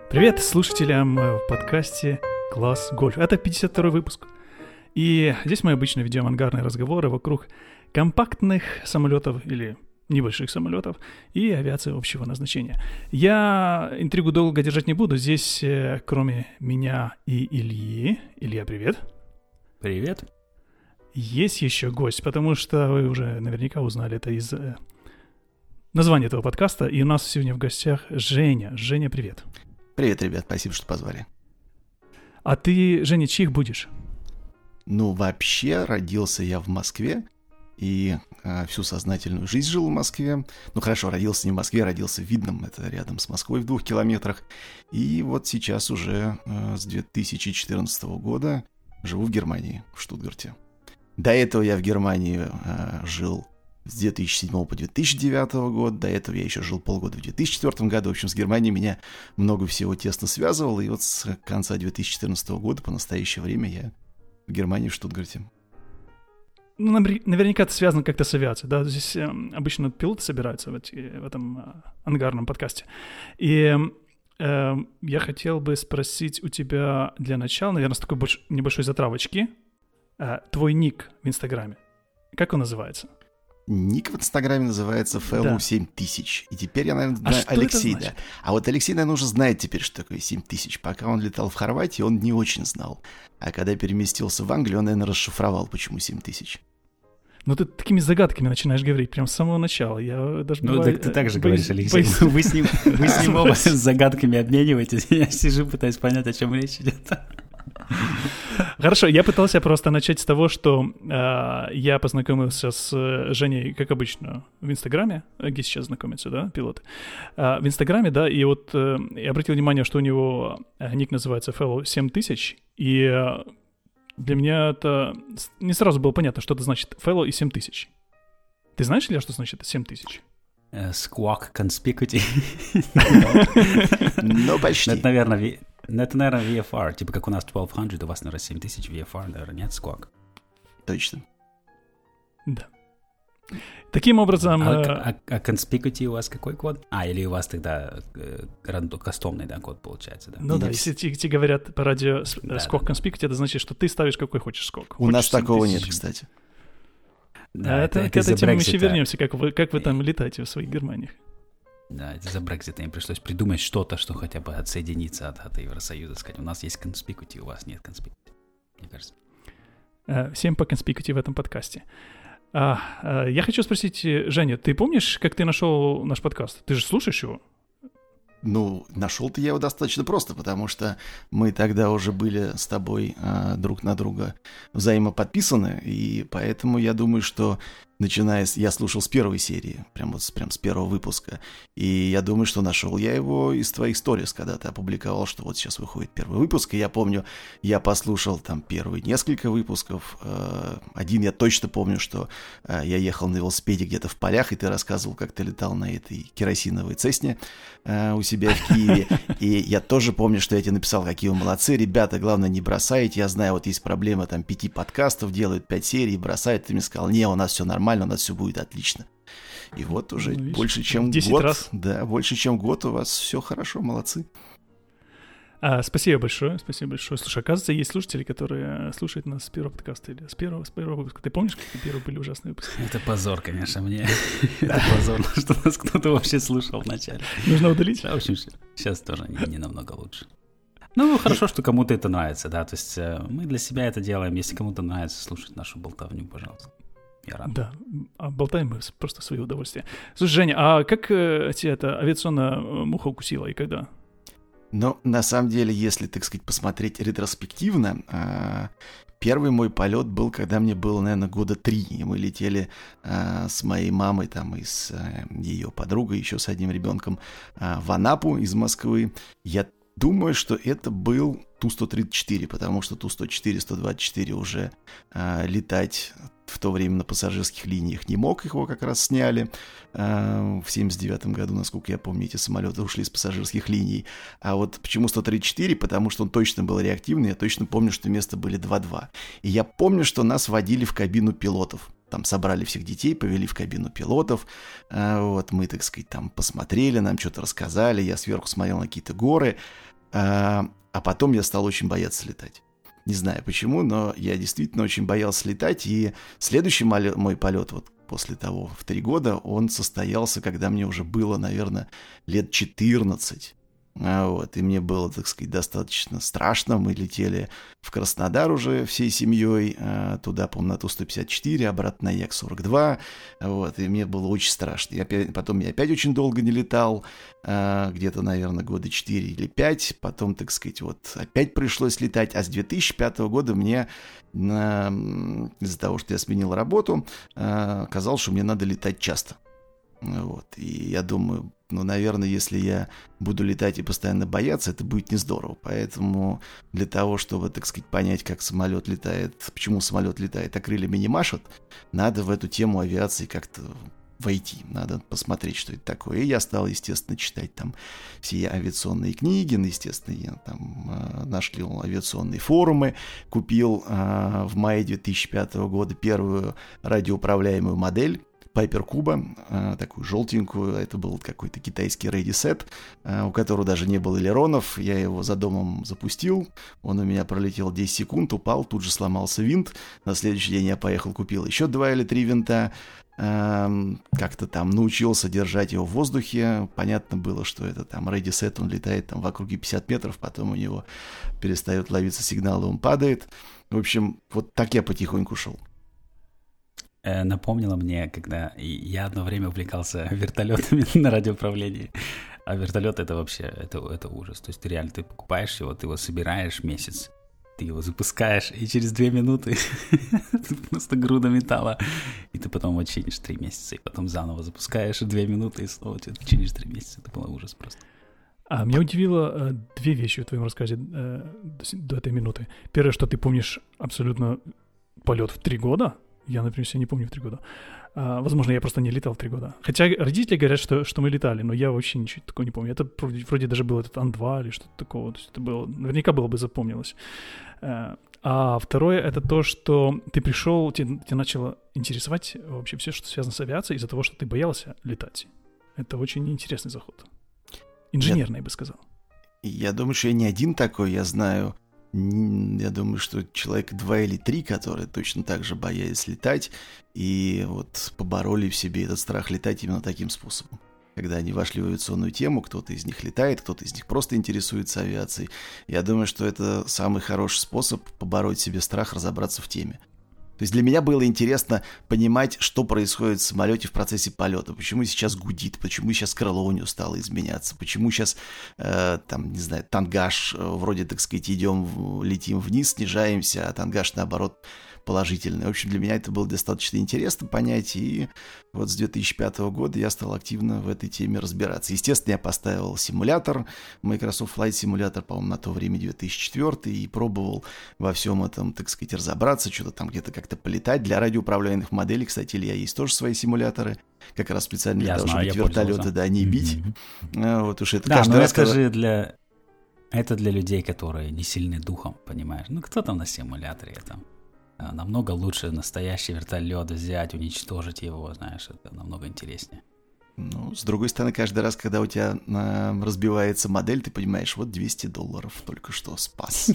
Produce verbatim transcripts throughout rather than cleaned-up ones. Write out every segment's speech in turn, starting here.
Привет слушателям в подкасте «Класс Гольф». Это пятьдесят второй выпуск. И здесь мы обычно ведем ангарные разговоры вокруг компактных самолетов или небольших самолетов и авиации общего назначения. Я интригу долго держать не буду. Здесь, кроме меня и Ильи... Илья, привет. Привет. Есть еще гость, потому что вы уже наверняка узнали это из названия этого подкаста. И у нас сегодня в гостях Женя. Женя, привет. Привет, ребят, спасибо, что позвали. А ты, Женя, чьих будешь? Ну, вообще, родился я в Москве и а, всю сознательную жизнь жил в Москве. Ну, хорошо, родился не в Москве, родился в Видном, это рядом с Москвой в двух километрах. И вот сейчас уже а, с две тысячи четырнадцатого года живу в Германии, в Штутгарте. До этого я в Германии а, жил с две тысячи седьмого по две тысячи девятый год. До этого я еще жил полгода в две тысячи четвёртом году. В общем, с Германией меня много всего тесно связывало. И вот с конца две тысячи четырнадцатого года по настоящее время я в Германии, в Штутгарте. Ну, наверняка это связано как-то с авиацией, да? Здесь э, обычно пилоты собираются в, эти, в этом э, ангарном подкасте. И э, я хотел бы спросить у тебя для начала, наверное, с такой больш... небольшой затравочки, э, твой ник в Инстаграме. Как он называется? Ник в Инстаграме называется Fellow семь тысяч. И теперь я, наверное, знаю а Алексей, да. А вот Алексей, наверное, уже знает теперь, что такое семь тысяч. Пока он летал в Хорватии, он не очень знал. А когда переместился в Англию, он, наверное, расшифровал, почему семь тысяч. Ну, ты такими загадками начинаешь говорить прямо с самого начала. Я даже ну, бываю, так ты так же боюсь, говоришь, Алексей. боюсь. Вы с ним, вы с ним оба загадками обмениваетесь. Я сижу, пытаюсь понять, о чем речь идет. Хорошо, я пытался просто начать с того, что э, я познакомился с Женей, как обычно, в Инстаграме, где сейчас знакомятся, да, пилоты, э, в Инстаграме, да, и вот э, я обратил внимание, что у него ник называется Fellow семь тысяч, и э, для меня это не сразу было понятно, что это значит Fellow и семь тысяч. Ты знаешь, Илья, что значит семь тысяч? Squawk Conspicuity. Ну, почти. Это, наверное... Ну, это, наверное, ви эф ар. Типа, как у нас двенадцать сто, у вас, наверное, семь тысяч ви эф ар, наверное, нет, Squawk. Точно. Да. Таким образом... А, э... а, а Conspicuity у вас какой код? А, или у вас тогда э, кастомный, да, код получается, да? Ну да, если тебе говорят по радио да, Squawk да, Conspicuity, да. это значит, что ты ставишь какой хочешь скок. У нас такого нет, кстати. Да, а это, это к этой теме мы еще вернемся, как вы, как вы там летаете в своих Германиях. Да, из-за Брексита им пришлось придумать что-то, что хотя бы отсоединиться от, от Евросоюза. Сказать, у нас есть Conspicuity, у вас нет Conspicuity, мне кажется. Всем по Conspicuity в этом подкасте. А, а, я хочу спросить, Женя, ты помнишь, как ты нашел наш подкаст? Ты же слушаешь его? Ну, нашел-то я его достаточно просто, потому что мы тогда уже были с тобой а, друг на друга взаимоподписаны, и поэтому я думаю, что начиная с... Я слушал с первой серии, прям вот с, прям с первого выпуска, и я думаю, что нашел я его из твоих сторис, когда ты опубликовал, что вот сейчас выходит первый выпуск, и я помню, я послушал там первые несколько выпусков. Один я точно помню, что я ехал на велосипеде где-то в полях, и ты рассказывал, как ты летал на этой керосиновой Цесне у себя в Киеве, и я тоже помню, что я тебе написал, какие вы молодцы, ребята, главное, не бросайте, я знаю, вот есть проблема, там, пяти подкастов, делают пять серий, бросают, ты мне сказал, не, у нас все нормально, у нас все будет отлично. И вот уже ну, больше, чем год, раз. Да, больше, чем год у вас все хорошо, молодцы. А, спасибо большое, спасибо большое. Слушай, оказывается, есть слушатели, которые слушают нас с первого подкаста или с первого, с первого выпуска. Ты помнишь, какие первые были ужасные выпуски? Это позор, конечно, мне. Это позор, что нас кто-то вообще слушал вначале. Нужно удалить? В общем, сейчас тоже не намного лучше. Ну, хорошо, что кому-то это нравится, да, то есть мы для себя это делаем. Если кому-то нравится слушать нашу болтовню, пожалуйста. Я рад. Да, а болтаем мы просто в свое удовольствие. Слушай, Женя, а как э, тебя эта авиационная муха укусила и когда? Ну, на самом деле, если, так сказать, посмотреть ретроспективно, э, первый мой полет был, когда мне было, наверное, года три, и мы летели э, с моей мамой там и с э, ее подругой, еще с одним ребенком э, в Анапу из Москвы. Я думаю, что это был Ту сто тридцать четыре, потому что Ту сто четыре, сто двадцать четыре уже э, летать в то время на пассажирских линиях не мог, его как раз сняли э, в семьдесят девятом году, насколько я помню, эти самолеты ушли с пассажирских линий. А вот почему сто тридцать четыре? Потому что он точно был реактивный, я точно помню, что места были два-два. И я помню, что нас водили в кабину пилотов. Там собрали всех детей, повели в кабину пилотов, вот, мы, так сказать, там посмотрели, нам что-то рассказали, я сверху смотрел на какие-то горы, А, а потом я стал очень бояться летать. Не знаю почему, но я действительно очень боялся летать. И следующий мой полет, вот после того, в три года, он состоялся, когда мне уже было, наверное, лет четырнадцать. Вот, и мне было, так сказать, достаточно страшно. Мы летели в Краснодар уже всей семьей, туда, по-моему, на Ту сто пятьдесят четыре, обратно на Як сорок два. Вот, и мне было очень страшно. И опять, потом я опять очень долго не летал, где-то, наверное, года четыре или пять. Потом, так сказать, вот опять пришлось летать. А с две тысячи пятого года мне, из-за того, что я сменил работу, казалось, что мне надо летать часто. Вот, и я думаю, ну, наверное, если я буду летать и постоянно бояться, это будет не здорово. Поэтому для того, чтобы, так сказать, понять, как самолет летает, почему самолет летает, а крыльями не машет, надо в эту тему авиации как-то войти, надо посмотреть, что это такое. И я стал, естественно, читать там все авиационные книги, ну, естественно, я там э, нашел авиационные форумы, купил э, в мае две тысячи пятого года первую радиоуправляемую модель Пайпер Куба, такую желтенькую, это был какой-то китайский рейди-сет, у которого даже не было элеронов, я его за домом запустил, он у меня пролетел десять секунд, упал, тут же сломался винт, на следующий день я поехал, купил еще два или три винта, как-то там научился держать его в воздухе, понятно было, что это там рейди-сет, он летает там в округе пятьдесят метров, потом у него перестает ловиться сигнал, и он падает, в общем, вот так я потихоньку шел. Напомнило мне, когда я одно время увлекался вертолетами на радиоуправлении. А вертолет это вообще, это, это ужас. То есть ты реально, ты покупаешь его, ты его собираешь месяц, ты его запускаешь, и через две минуты просто груда металла. И ты потом его чинишь три месяца, и потом заново запускаешь две минуты, и снова чинишь три месяца. Это был ужас просто. А меня удивило э, две вещи в твоем рассказе э, до, до этой минуты. Первое, что ты помнишь абсолютно полет в три года. Я, например, себя не помню в три года. А, возможно, я просто не летал в три года. Хотя родители говорят, что, что мы летали, но я вообще ничего такого не помню. Это вроде, вроде даже был этот Ан два или что-то такого. То есть это было, наверняка было бы запомнилось. А, а второе, это то, что ты пришел, тебе, тебе начало интересовать вообще все, что связано с авиацией, из-за того, что ты боялся летать. Это очень интересный заход. Инженерный, я, я бы сказал. Я думаю, что я не один такой, я знаю... Я думаю, что человек два или три, которые точно так же боялись летать, и вот побороли в себе этот страх летать именно таким способом. Когда они вошли в авиационную тему, кто-то из них летает, кто-то из них просто интересуется авиацией. Я думаю, что это самый хороший способ побороть в себе страх, разобраться в теме. То есть для меня было интересно понимать, что происходит в самолете в процессе полета, почему сейчас гудит, почему сейчас крыло у него стало изменяться, почему сейчас, э, там, не знаю, тангаж, вроде, так сказать, идем, летим вниз, снижаемся, а тангаж, наоборот, положительный. В общем, для меня это было достаточно интересно понять, и вот с две тысячи пятого года я стал активно в этой теме разбираться. Естественно, я поставил симулятор, Microsoft Flight Simulator, по-моему, на то время две тысячи четвёртый, и пробовал во всем этом, так сказать, разобраться, что-то там где-то как-то полетать. Для радиоуправляемых моделей, кстати, Илья, есть тоже свои симуляторы, как раз специально для того, чтобы вертолеты, да, не бить. Mm-hmm. Вот уж это да, каждый но раз, это когда... же для... Это для людей, которые не сильны духом, понимаешь? Ну, кто там на симуляторе там? Намного лучше настоящий вертолет взять, уничтожить его, знаешь, это намного интереснее. Ну, с другой стороны, каждый раз, когда у тебя э, разбивается модель, ты понимаешь, вот двести долларов только что спас.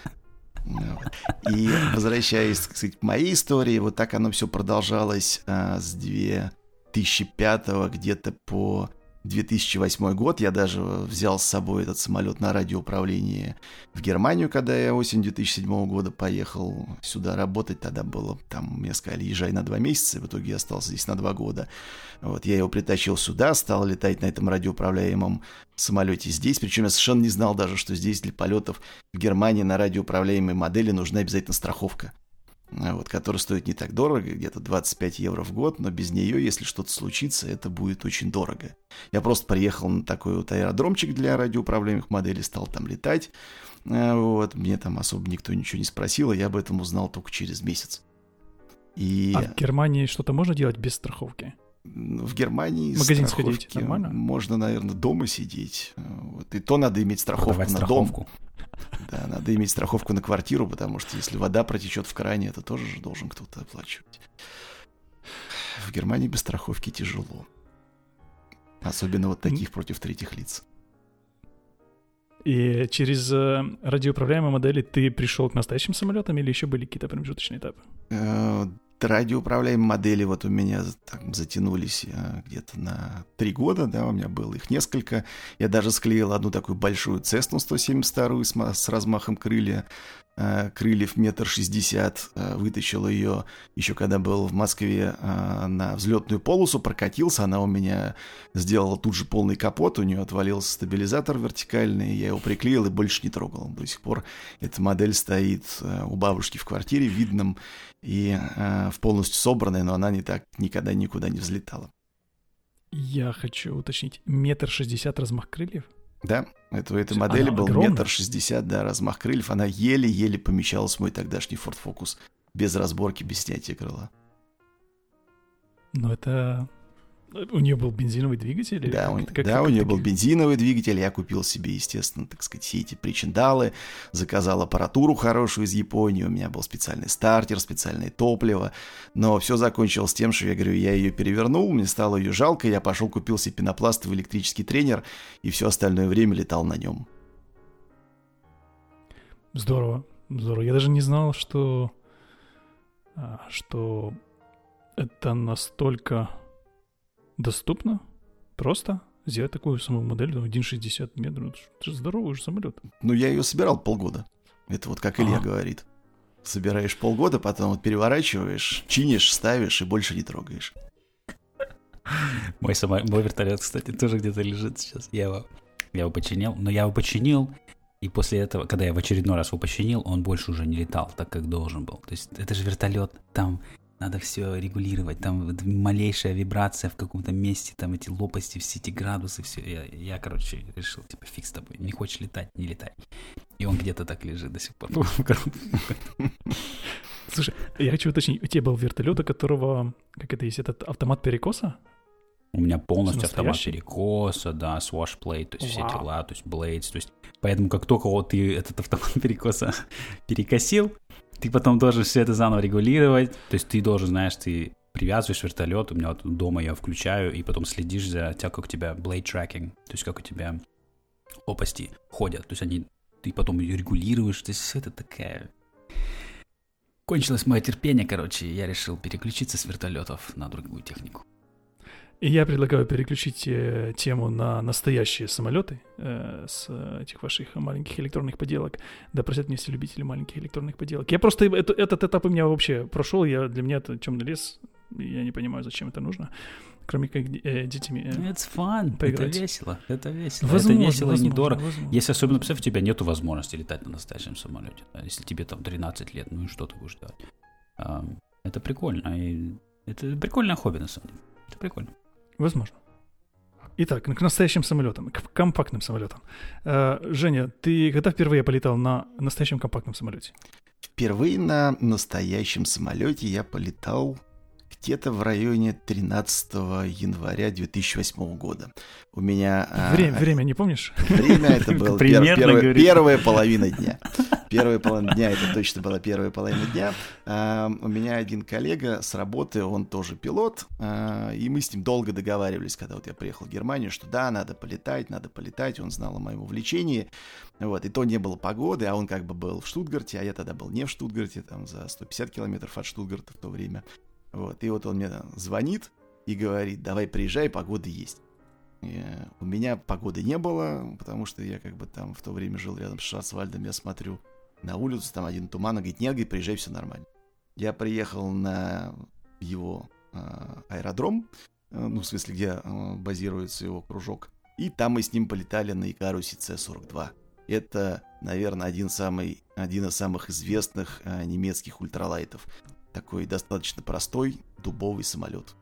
И возвращаясь, так сказать, к моей истории, вот так оно все продолжалось с две тысячи пятого где-то по две тысячи восьмой год. Я даже взял с собой этот самолет на радиоуправлении в Германию, когда я осенью две тысячи седьмого года поехал сюда работать. Тогда было, там, мне сказали, езжай на два месяца, в итоге я остался здесь на два года. Вот, я его притащил сюда, стал летать на этом радиоуправляемом самолете здесь, причем я совершенно не знал даже, что здесь для полетов в Германии на радиоуправляемой модели нужна обязательно страховка. Вот, которая стоит не так дорого, где-то двадцать пять евро в год, но без нее, если что-то случится, это будет очень дорого. Я просто приехал на такой вот аэродромчик для радиоуправляемых моделей, стал там летать, вот, мне там особо никто ничего не спросил, и я об этом узнал только через месяц. И... А в Германии что-то можно делать без страховки? В Германии в магазин сходить нормально? Можно, наверное, дома сидеть, вот, и то надо иметь страховку Продавать на страховку. дом. Да, надо иметь страховку на квартиру, потому что если вода протечет в кране, это тоже же должен кто-то оплачивать. В Германии без страховки тяжело. Особенно вот таких против третьих лиц. И через э, радиоуправляемые модели ты пришел к настоящим самолетам или еще были какие-то промежуточные этапы? Э, Радиоуправляемые модели вот у меня так, затянулись э, где-то на три года, да, у меня было их несколько. Я даже склеил одну такую большую Cessna сто семьдесят два с, с размахом крылья, э, крыльев метр шестьдесят, э, вытащил ее еще когда был в Москве э, на взлетную полосу, прокатился, она у меня сделала тут же полный капот, у нее отвалился стабилизатор вертикальный, я его приклеил и больше не трогал. До сих пор эта модель стоит э, у бабушки в квартире в Видном, и э, в полностью собранной, но она не так никогда никуда не взлетала. Я хочу уточнить, метр шестьдесят размах крыльев? Да, это, у этой модели она был огромная? метр шестьдесят, да, размах крыльев. Она еле-еле помещалась в мой тогдашний Ford Focus, без разборки, без снятия крыла. Но это... У нее был бензиновый двигатель? Да, как у, это, как, да как у нее это... был бензиновый двигатель, я купил себе, естественно, так сказать, все эти причиндалы, заказал аппаратуру хорошую из Японии, у меня был специальный стартер, специальное топливо, но все закончилось тем, что я говорю, я ее перевернул, мне стало ее жалко, я пошел купил себе пенопластовый электрический тренер и все остальное время летал на нем. Здорово, здорово. Я даже не знал, что, что это настолько... доступно, просто сделать такую самую модель, один шестьдесят метров. Это же здоровый уже самолет. Ну, я ее собирал полгода. Это вот как Илья А. говорит. Собираешь полгода, потом вот переворачиваешь, чинишь, ставишь и больше не трогаешь. Мой, само... Мой вертолет, кстати, тоже где-то лежит сейчас. Я его... я его починил, но я его починил, и после этого, когда я в очередной раз его починил, он больше уже не летал так, как должен был. То есть это же вертолет, там... Надо все регулировать, там малейшая вибрация в каком-то месте, там эти лопасти, все эти градусы, все. Я, я, короче, решил, типа, фиг с тобой, не хочешь летать, не летай. И он где-то так лежит до сих пор. Слушай, я хочу уточнить, у тебя был вертолет, у которого, как это есть, этот автомат перекоса? У меня полностью Настоящий? автомат перекоса, да, swash plate, то есть все Вау. дела, то есть blades, то есть поэтому как только вот ты этот автомат перекоса перекосил, ты потом должен все это заново регулировать, то есть ты должен, знаешь, ты привязываешь вертолет, у меня вот дома я включаю, и потом следишь за тем, как у тебя blade tracking, то есть как у тебя лопасти ходят, то есть они, ты потом ее регулируешь, то есть все это такая... Кончилось мое терпение, короче, и я решил переключиться с вертолетов на другую технику. И я предлагаю переключить э, тему на настоящие самолеты э, с этих ваших маленьких электронных поделок. Да простят меня все любители маленьких электронных поделок. Я просто... Это, этот этап у меня вообще прошел. Я, для меня это темный лес. Я не понимаю, зачем это нужно. Кроме как э, детьми э, It's fun, поиграть. это весело, это весело. Возможно, это весело возможно, и недорого. возможно. Если особенно, представь, у тебя нет возможности летать на настоящем самолете. Да? Если тебе там тринадцать лет, ну и что ты будешь делать? А, это прикольно. И это прикольное хобби, на самом деле. Это прикольно. Возможно. Итак, к настоящим самолетам, к компактным самолетам. Э, Женя, ты когда впервые полетал на настоящем компактном самолете? Впервые на настоящем самолете я полетал где-то в районе тринадцатого января две тысячи восьмого года. У меня... Время, а, время не помнишь? Время это было Примерно, первая, говорит. первая половина дня. Первая половина дня, это точно была первая половина дня. А, у меня один коллега с работы, он тоже пилот, а, и мы с ним долго договаривались, когда вот я приехал в Германию, что да, надо полетать, надо полетать, он знал о моем увлечении. Вот, и то не было погоды, а он как бы был в Штутгарте, а я тогда был не в Штутгарте, там за сто пятьдесят километров от Штутгарта в то время. Вот, и вот он мне звонит и говорит, давай приезжай, погода есть. И у меня погоды не было, потому что я как бы там в то время жил рядом с Шварцвальдом, я смотрю на улицу, там один туман, он говорит, нет, говорит, приезжай, все нормально. Я приехал на его э, аэродром, э, ну, в смысле, где э, базируется его кружок, и там мы с ним полетали на Икарусе Си сорок два. Это, наверное, один, самый, один из самых известных э, немецких ультралайтов. Такой достаточно простой дубовый самолет.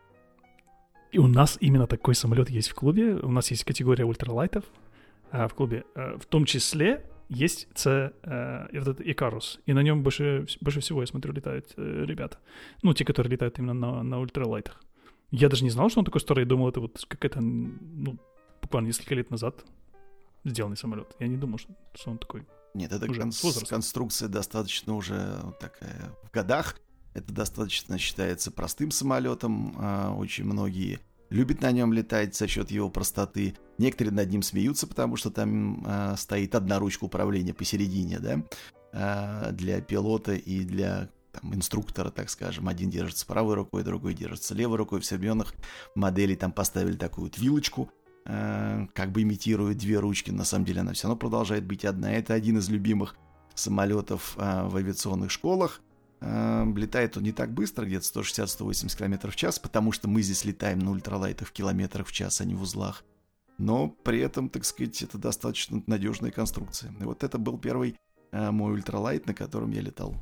И у нас именно такой самолет есть в клубе. У нас есть категория ультралайтов а, в клубе. А, в том числе есть C, а, этот Икарус. И на нем больше, больше всего, я смотрю, летают а, ребята. Ну, те, которые летают именно на, на ультралайтах. Я даже не знал, что он такой старый. Я думал, это вот какая-то, ну, буквально несколько лет назад сделанный самолет. Я не думал, что он такой... Нет, это уже кон- конструкция достаточно уже такая в годах. Это достаточно считается простым самолетом. А, очень многие любят на нем летать за счет его простоты. Некоторые над ним смеются, потому что там э, стоит одна ручка управления посередине, да, э, для пилота и для там, инструктора, так скажем. Один держится правой рукой, другой держится левой рукой. В современных моделей там поставили такую вот вилочку, э, как бы имитирует две ручки. На самом деле она все равно продолжает быть одна. Это один из любимых самолетов э, в авиационных школах. Э, летает он не так быстро, где-то сто шестьдесят - сто восемьдесят километров в час, потому что мы здесь летаем на ультралайтах в километрах в час, а не в узлах. Но при этом, так сказать, это достаточно надежная конструкция. И вот это был первый э, мой ультралайт, на котором я летал.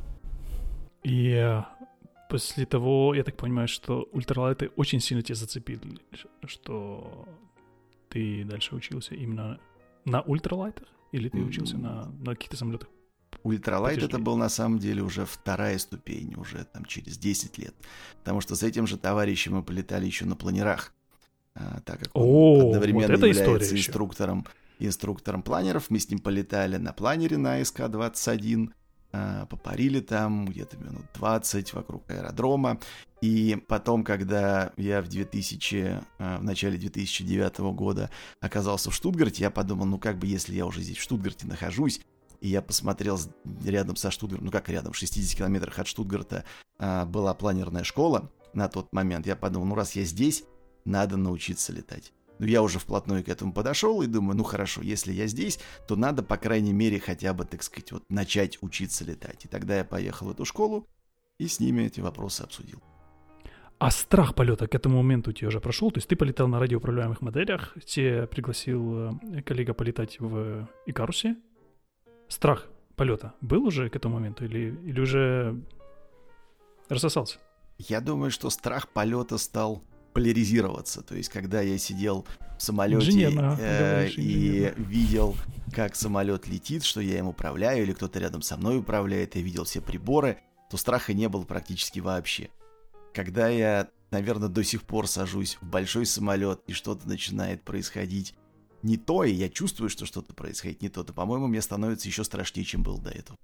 И э, после того, я так понимаю, что ультралайты очень сильно тебя зацепили, что ты дальше учился именно на ультралайтах? Или ты учился на, на каких-то самолетах? Ультралайт это был на самом деле уже вторая ступень, уже там через десять лет. Потому что с этим же товарищем мы полетали еще на планерах. А, так как он О, одновременно вот является инструктором, инструктором планеров. Мы с ним полетали на планере на эс ка двадцать один. А, попарили там где-то минут двадцать вокруг аэродрома. И потом, когда я в, две тысячи, в начале две тысячи девятого года оказался в Штутгарте, я подумал, ну как бы если я уже здесь в Штутгарте нахожусь, и я посмотрел рядом со Штутгартом, ну как рядом, в шестидесяти километрах от Штутгарта а, была планерная школа на тот момент, я подумал, ну раз я здесь, надо научиться летать. Ну я уже вплотную к этому подошел и думаю, ну хорошо, если я здесь, то надо, по крайней мере, хотя бы, так сказать, вот начать учиться летать. И тогда я поехал в эту школу и с ними эти вопросы обсудил. А страх полета к этому моменту у тебя уже прошел? То есть ты полетал на радиоуправляемых моделях, тебя пригласил коллега полетать в Икарусе. Страх полета был уже к этому моменту или, или уже рассосался? Я думаю, что страх полета стал поляризироваться. То есть, когда я сидел в самолете э, и видел, как самолет летит, что я им управляю, или кто-то рядом со мной управляет, я видел все приборы, то страха не было практически вообще. Когда я, наверное, до сих пор сажусь в большой самолет, и что-то начинает происходить не то, и я чувствую, что что-то происходит не то, то, по-моему, мне становится еще страшнее, чем было до этого.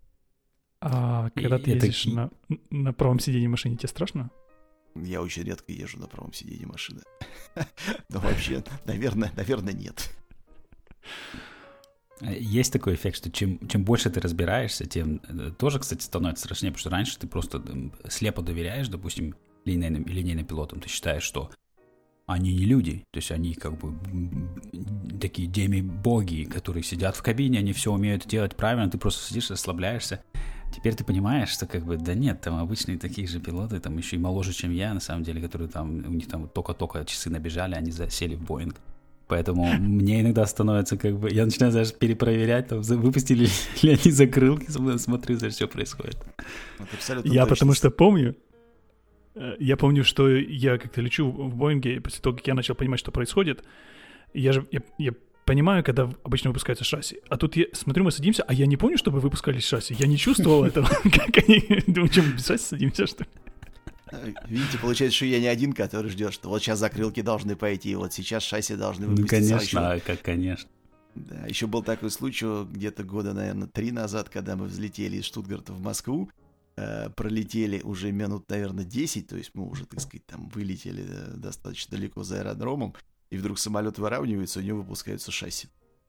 А когда и ты ездишь это... на, на правом сиденье машины, тебе страшно? Я очень редко езжу на правом сиденье машины. Но вообще, наверное, наверное, нет. Есть такой эффект, что чем, чем больше ты разбираешься, тем тоже, кстати, становится страшнее, потому что раньше ты просто слепо доверяешь, допустим, линейным, линейным пилотам, ты считаешь, что они не люди, то есть они как бы такие деми-боги, которые сидят в кабине, они все умеют делать правильно, ты просто сидишь, расслабляешься. Теперь ты понимаешь, что как бы, да нет, там обычные такие же пилоты, там еще и моложе, чем я, на самом деле, которые там, у них там только-только часы набежали, они засели в Боинг. Поэтому мне иногда становится как бы... Я начинаю даже перепроверять, там, выпустили ли они закрылки, смотрю, за что происходит. Я потому что помню, я помню, что я как-то лечу в Боинге, после того, как я начал понимать, что происходит, я же... Я, я понимаю, когда обычно выпускаются шасси. А тут я смотрю, мы садимся, а я не помню, чтобы выпускались шасси. Я не чувствовал этого. Как они... Думаю, чем без шасси садимся, что ли? Видите, получается, что я не один, который ждет, что вот сейчас закрылки должны пойти, вот сейчас шасси должны выпуститься. Ну, конечно, а как, конечно. Да, еще был такой случай где-то года, наверное, три назад, когда мы взлетели из Штутгарта в Москву, э, пролетели уже минут, наверное, десять, то есть мы уже, так сказать, там вылетели достаточно далеко за аэродромом, и вдруг самолет выравнивается, у него выпускаются шасси.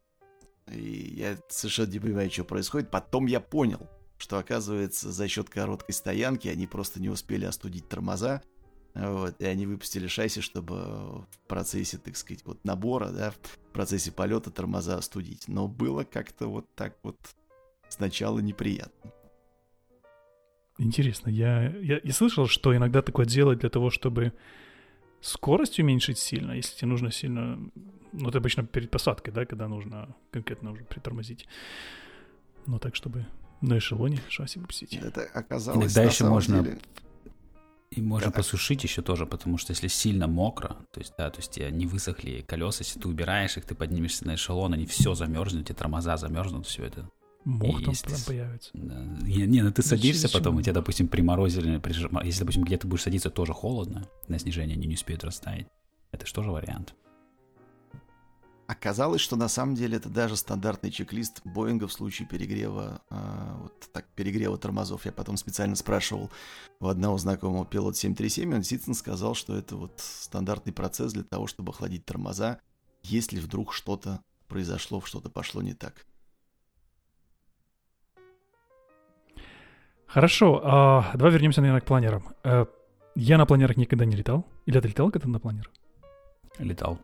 И я совершенно не понимаю, что происходит. Потом я понял, что, оказывается, за счет короткой стоянки они просто не успели остудить тормоза, вот, и они выпустили шасси, чтобы в процессе, так сказать, вот набора, да, в процессе полета тормоза остудить. Но было как-то вот так вот сначала неприятно. Интересно, я, я, я слышал, что иногда такое делать для того, чтобы скорость уменьшить сильно, если тебе нужно сильно... Ну, это обычно перед посадкой, да, когда нужно конкретно уже притормозить. Ну, так, чтобы на эшелоне шасси выпустить. Это оказалось иногда на еще самом можно... деле... И можно да. посушить еще тоже, потому что если сильно мокро, то есть, да, то есть не высохли колеса, если ты убираешь их, ты поднимешься на эшелон, они все замерзнут, и тормоза замерзнут, все это. Мох там если... прям появится. Да. Не, не, ну ты садишься Зачем? потом, и тебя, допустим, приморозили, прижим... если, допустим, где ты будешь садиться, тоже холодно, на снижение они не успеют растаять. Это же тоже вариант. оказалось, что на самом деле это даже стандартный чек-лист Боинга в случае перегрева, а, вот так, перегрева тормозов. Я потом специально спрашивал у одного знакомого пилота семь три семь, он действительно сказал, что это вот стандартный процесс для того, чтобы охладить тормоза, если вдруг что-то произошло, что-то пошло не так. Хорошо, а, давай вернемся, наверное, к планерам. А, я на планерах никогда не летал. Или ты летал когда-то на планер? Летал.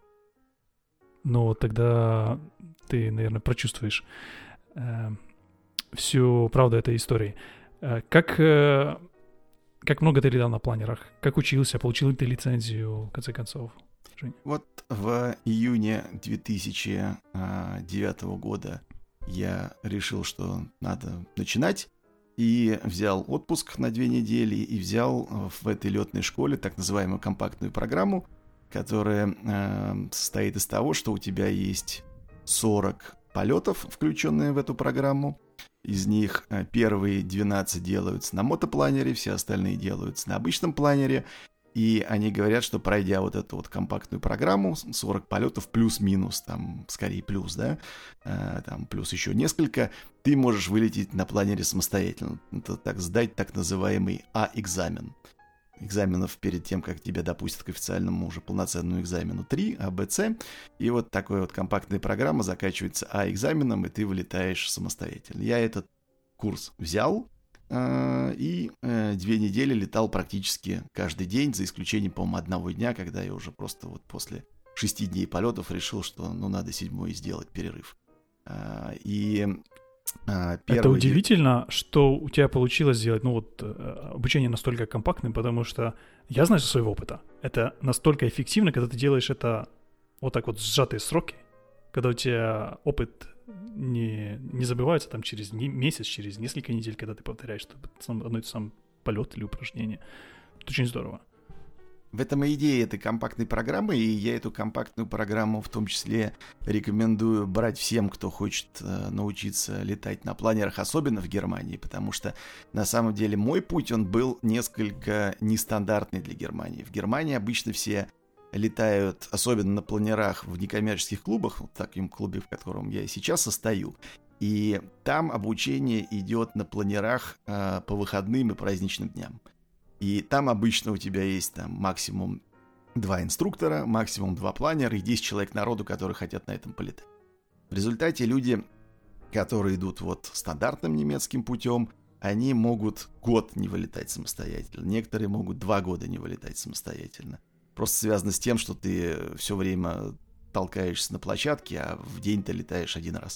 Ну, тогда ты, наверное, прочувствуешь э, всю правду этой истории. Э, как, э, как много ты летал на планерах? Как учился? Получил ли ты лицензию, в конце концов? Жень? Вот в июне две тысячи девятого года я решил, что надо начинать. И взял отпуск на две недели и взял в этой летной школе так называемую компактную программу, которая э, состоит из того, что у тебя есть сорок полетов, включенные в эту программу. Из них э, первые двенадцать делаются на мотопланере, все остальные делаются на обычном планере. И они говорят, что пройдя вот эту вот компактную программу, сорок полетов плюс-минус, там скорее плюс, да, э, там плюс еще несколько, ты можешь вылететь на планере самостоятельно. Это так, сдать так называемый А-экзамен. Экзаменов перед тем, как тебя допустят к официальному уже полноценному экзамену три, А, Б, С. И вот такая вот компактная программа заканчивается А-экзаменом, и ты вылетаешь самостоятельно. Я этот курс взял, и две недели летал практически каждый день, за исключением, по-моему, одного дня, когда я уже просто вот после шести дней полетов решил, что ну надо седьмой сделать перерыв. И это удивительно, что у тебя получилось сделать, ну вот, обучение настолько компактным, потому что я знаю со своего опыта, это настолько эффективно, когда ты делаешь это вот так вот в сжатые сроки, когда у тебя опыт не, не забывается там через месяц, через несколько недель, когда ты повторяешь сам, одно и то самое полет или упражнение. Это очень здорово. В этом и идея этой компактной программы, и я эту компактную программу в том числе рекомендую брать всем, кто хочет э, научиться летать на планерах, особенно в Германии, потому что на самом деле мой путь, он был несколько нестандартный для Германии. В Германии обычно все летают, особенно на планерах в некоммерческих клубах, вот в таком клубе, в котором я сейчас состою, и там обучение идет на планерах э, по выходным и праздничным дням. И там обычно у тебя есть там максимум два инструктора, максимум два планера и десять человек народу, которые хотят на этом полетать. В результате люди, которые идут вот стандартным немецким путем, они могут год не вылетать самостоятельно. Некоторые могут два года не вылетать самостоятельно. Просто связано с тем, что ты все время толкаешься на площадке, а в день ты летаешь один раз.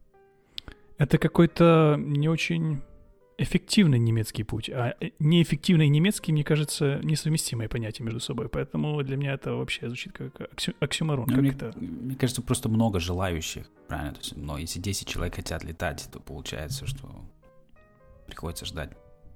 Это какой-то не очень эффективный немецкий путь, а неэффективный немецкий, мне кажется, несовместимые понятия между собой, поэтому для меня это вообще звучит как оксю- оксюморон. Как мне, это? мне кажется, просто много желающих, правильно? То есть, но если десять человек хотят летать, то получается, что приходится ждать.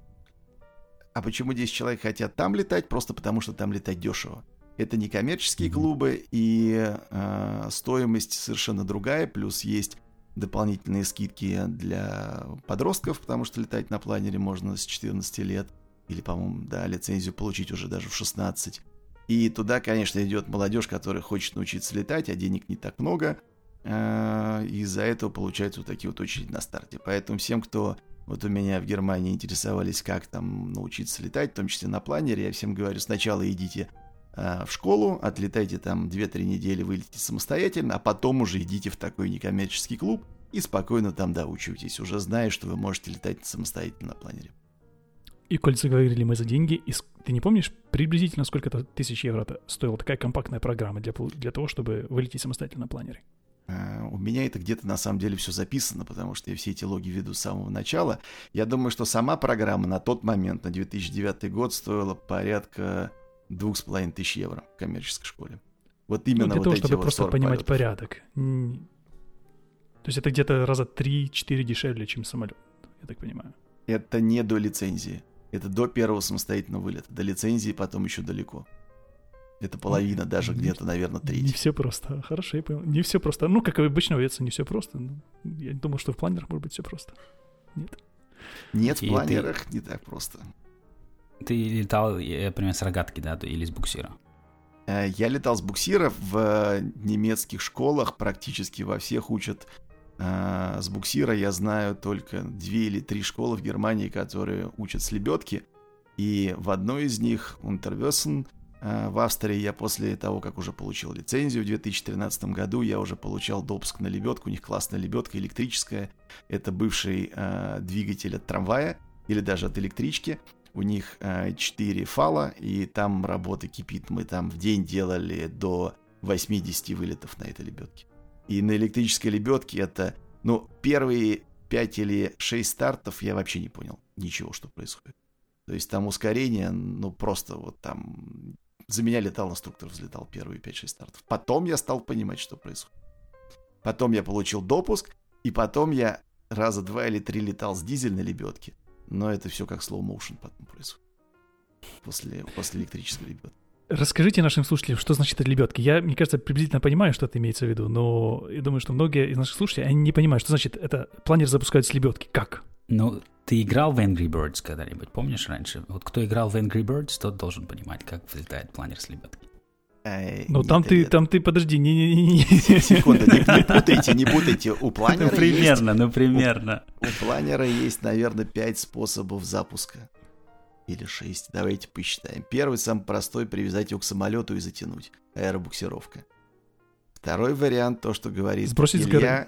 А почему десять человек хотят там летать? Просто потому, что там летать дешево. Это не коммерческие mm-hmm. клубы, и э, стоимость совершенно другая, плюс есть дополнительные скидки для подростков, потому что летать на планере можно с четырнадцати лет, или, по-моему, да, лицензию получить уже даже в шестнадцать. И туда, конечно, идет молодежь, которая хочет научиться летать, а денег не так много, э, и из-за этого получаются вот такие вот очереди на старте. Поэтому всем, кто вот у меня в Германии интересовались, как там научиться летать, в том числе на планере, я всем говорю, сначала идите э, в школу, отлетайте там две-три недели, вылетите самостоятельно, а потом уже идите в такой некоммерческий клуб и спокойно там доучивайтесь, уже зная, что вы можете летать самостоятельно на планере. И, коль заговорили мы за деньги, и ты не помнишь приблизительно сколько-то тысяч евро стоила такая компактная программа для, для того, чтобы вылететь самостоятельно на планере? У меня это где-то на самом деле все записано, потому что я все эти логи веду с самого начала. Я думаю, что сама программа на тот момент, на две тысячи девятый год, стоила порядка двух с половиной тысяч евро в коммерческой школе. Вот именно ну, для вот того, эти чтобы вот просто понимать полетов. порядок. То есть это где-то раза три-четыре дешевле, чем самолет, я так понимаю. Это не до лицензии. Это до первого самостоятельного вылета. До лицензии потом еще далеко. Это половина, даже не, где-то, наверное, треть. Не все просто. Хорошо, я понял. Не все просто. Ну, как и обычно, в авиации не все просто. Я думал, что в планерах может быть все просто. Нет. Нет, в И планерах ты... не так просто. Ты летал, например, с рогатки, да, или с буксира? Я летал с буксира. В немецких школах практически во всех учат с буксира. Я знаю только две или три школы в Германии, которые учат с лебедки. И в одной из них, Unterwössen, в Австрии, я после того, как уже получил лицензию в две тысячи тринадцатом году, я уже получал допуск на лебедку. У них классная лебедка, электрическая. Это бывший э, двигатель от трамвая или даже от электрички. У них э, четыре фала, и там работа кипит. Мы там в день делали до восемьдесят вылетов на этой лебедке. И на электрической лебедке это, ну, первые пять или шесть стартов я вообще не понял ничего, что происходит. То есть там ускорение, ну, просто вот там... За меня летал инструктор, взлетал первые пять-шесть стартов. Потом я стал понимать, что происходит. Потом я получил допуск, и потом я раза два или три летал с дизельной лебедки. Но это все как slow motion потом происходит. После, после электрической лебедки. Расскажите нашим слушателям, что значит лебедки. Я, мне кажется, приблизительно понимаю, что это имеется в виду, но я думаю, что многие из наших слушателей, они не понимают, что значит это планер запускают с лебедки. Как? Ну, ты играл в Angry Birds когда-нибудь, помнишь раньше? Вот кто играл в Angry Birds, тот должен понимать, как взлетает планер с лебедки. Эй, ну, там ты, там ты, подожди, не-не-не. Секунду, не, не путайте, не путайте. У планера ну, примерно, есть... ну, примерно. У, у планера есть, наверное, пять способов запуска. Или шесть. Давайте посчитаем. Первый, самый простой, привязать его к самолету и затянуть. Аэробуксировка. Второй вариант, то, что говорит Сбросить Илья... с горы.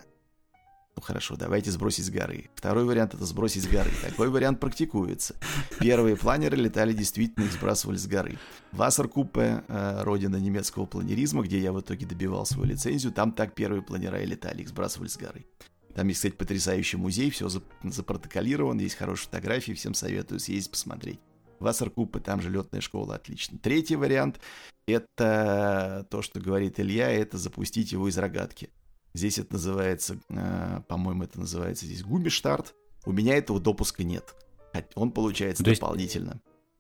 Ну хорошо, давайте сбросить с горы. Второй вариант — это сбросить с горы. Такой вариант практикуется. Первые планеры летали действительно, их сбрасывали с горы. Вассеркуппе, родина немецкого планеризма, где я в итоге добивал свою лицензию, там так первые планера и летали, их сбрасывали с горы. Там есть, кстати, потрясающий музей, все запротоколировано, есть хорошие фотографии, всем советую съездить посмотреть. Вассеркуппе, там же летная школа, отлично. Третий вариант — это то, что говорит Илья, это запустить его из рогатки. Здесь это называется, э, по-моему, это называется здесь гумиштарт. У меня этого допуска нет. Он получается то дополнительно.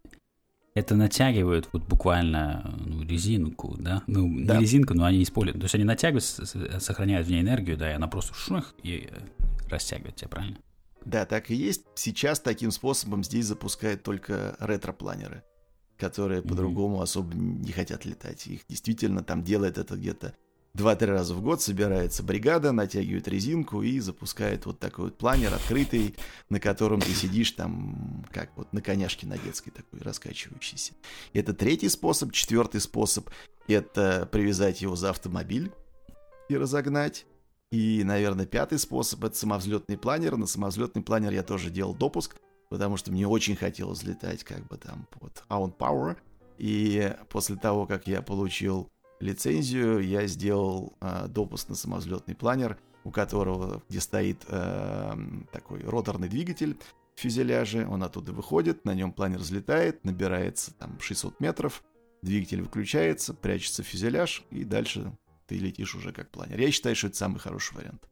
Это натягивают вот буквально ну, резинку, да? Ну, да. не резинку, но они используют. То есть они натягивают, сохраняют в ней энергию, да, и она просто шух и растягивает тебя, правильно? Да, так и есть. Сейчас таким способом здесь запускают только ретропланеры, которые mm-hmm. по-другому особо не хотят летать. Их действительно там делает это где-то два-три раза в год, собирается бригада, натягивает резинку и запускает вот такой вот планер открытый, на котором ты сидишь там, как вот на коняшке на детской такой, раскачивающийся. Это третий способ. Четвертый способ — это привязать его за автомобиль и разогнать. И, наверное, пятый способ — это самовзлетный планер. На самовзлетный планер я тоже делал допуск, потому что мне очень хотелось взлетать как бы там под Own Power. И после того, как я получил лицензию, я сделал э, допуск на самовзлетный планер, у которого, где стоит э, такой роторный двигатель в фюзеляже, он оттуда выходит, на нем планер взлетает, набирается там шестьсот метров, двигатель выключается, прячется в фюзеляж, и дальше ты летишь уже как планер. Я считаю, что это самый хороший вариант.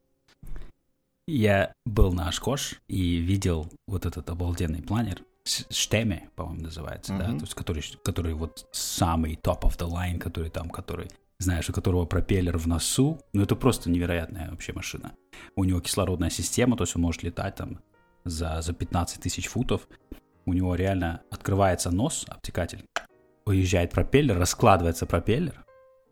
Я был на Ашкош и видел вот этот обалденный планер. Штеме, по-моему, называется, uh-huh. да, то есть который, который вот самый top of the line, который там, который, знаешь, у которого пропеллер в носу, ну это просто невероятная вообще машина. У него кислородная система, то есть он может летать там за, за пятнадцать тысяч футов, у него реально открывается нос, обтекатель, уезжает пропеллер, раскладывается пропеллер,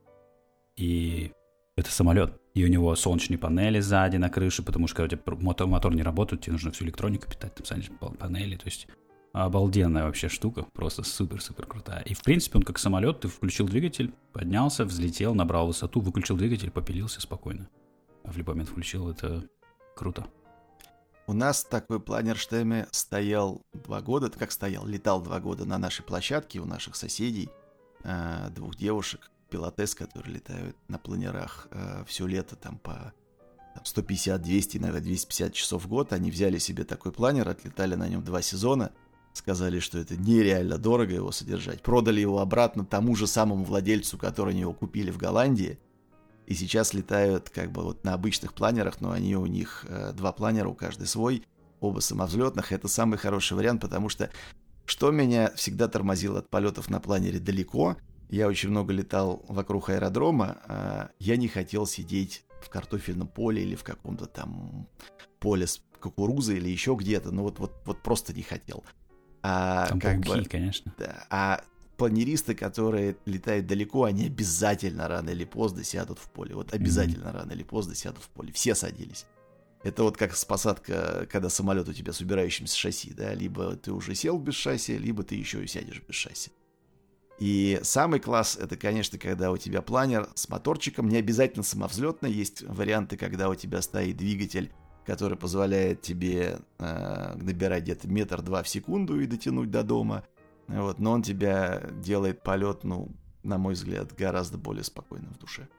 и это самолет. И у него солнечные панели сзади на крыше, потому что когда у тебя мотор, мотор не работает, тебе нужно всю электронику питать, там солнечные панели, то есть обалденная вообще штука, просто супер-супер крутая. И в принципе он как самолет, ты включил двигатель, поднялся, взлетел, набрал высоту, выключил двигатель, попилился спокойно. А в любой момент включил, это круто. У нас такой планер Штеме стоял два года, как стоял, летал два года на нашей площадке у наших соседей, двух девушек, пилотес, которые летают на планерах все лето там по сто пятьдесят - двести, иногда двести пятьдесят часов в год. Они взяли себе такой планер, отлетали на нем два сезона, сказали, что это нереально дорого его содержать. Продали его обратно тому же самому владельцу, который они его купили в Голландии. И сейчас летают как бы вот на обычных планерах, но они у них э, два планера, у каждой свой, оба самовзлетных. Это самый хороший вариант, потому что что меня всегда тормозило от полетов на планере далеко, я очень много летал вокруг аэродрома, э, я не хотел сидеть в картофельном поле или в каком-то там поле с кукурузой или еще где-то, ну вот, вот, вот просто не хотел. А, там как пауки, бы, конечно. Да, а планеристы, которые летают далеко, они обязательно рано или поздно сядут в поле. Вот обязательно mm-hmm. рано или поздно сядут в поле. Все садились. Это вот как посадка, когда самолет у тебя с убирающимся шасси, да, либо ты уже сел без шасси, либо ты еще и сядешь без шасси. И самый класс, это, конечно, когда у тебя планер с моторчиком, не обязательно самовзлетный, есть варианты, когда у тебя стоит двигатель, который позволяет тебе э, набирать где-то метр-два в секунду и дотянуть до дома, вот, но он тебя делает полет, ну, на мой взгляд, гораздо более спокойным в душе.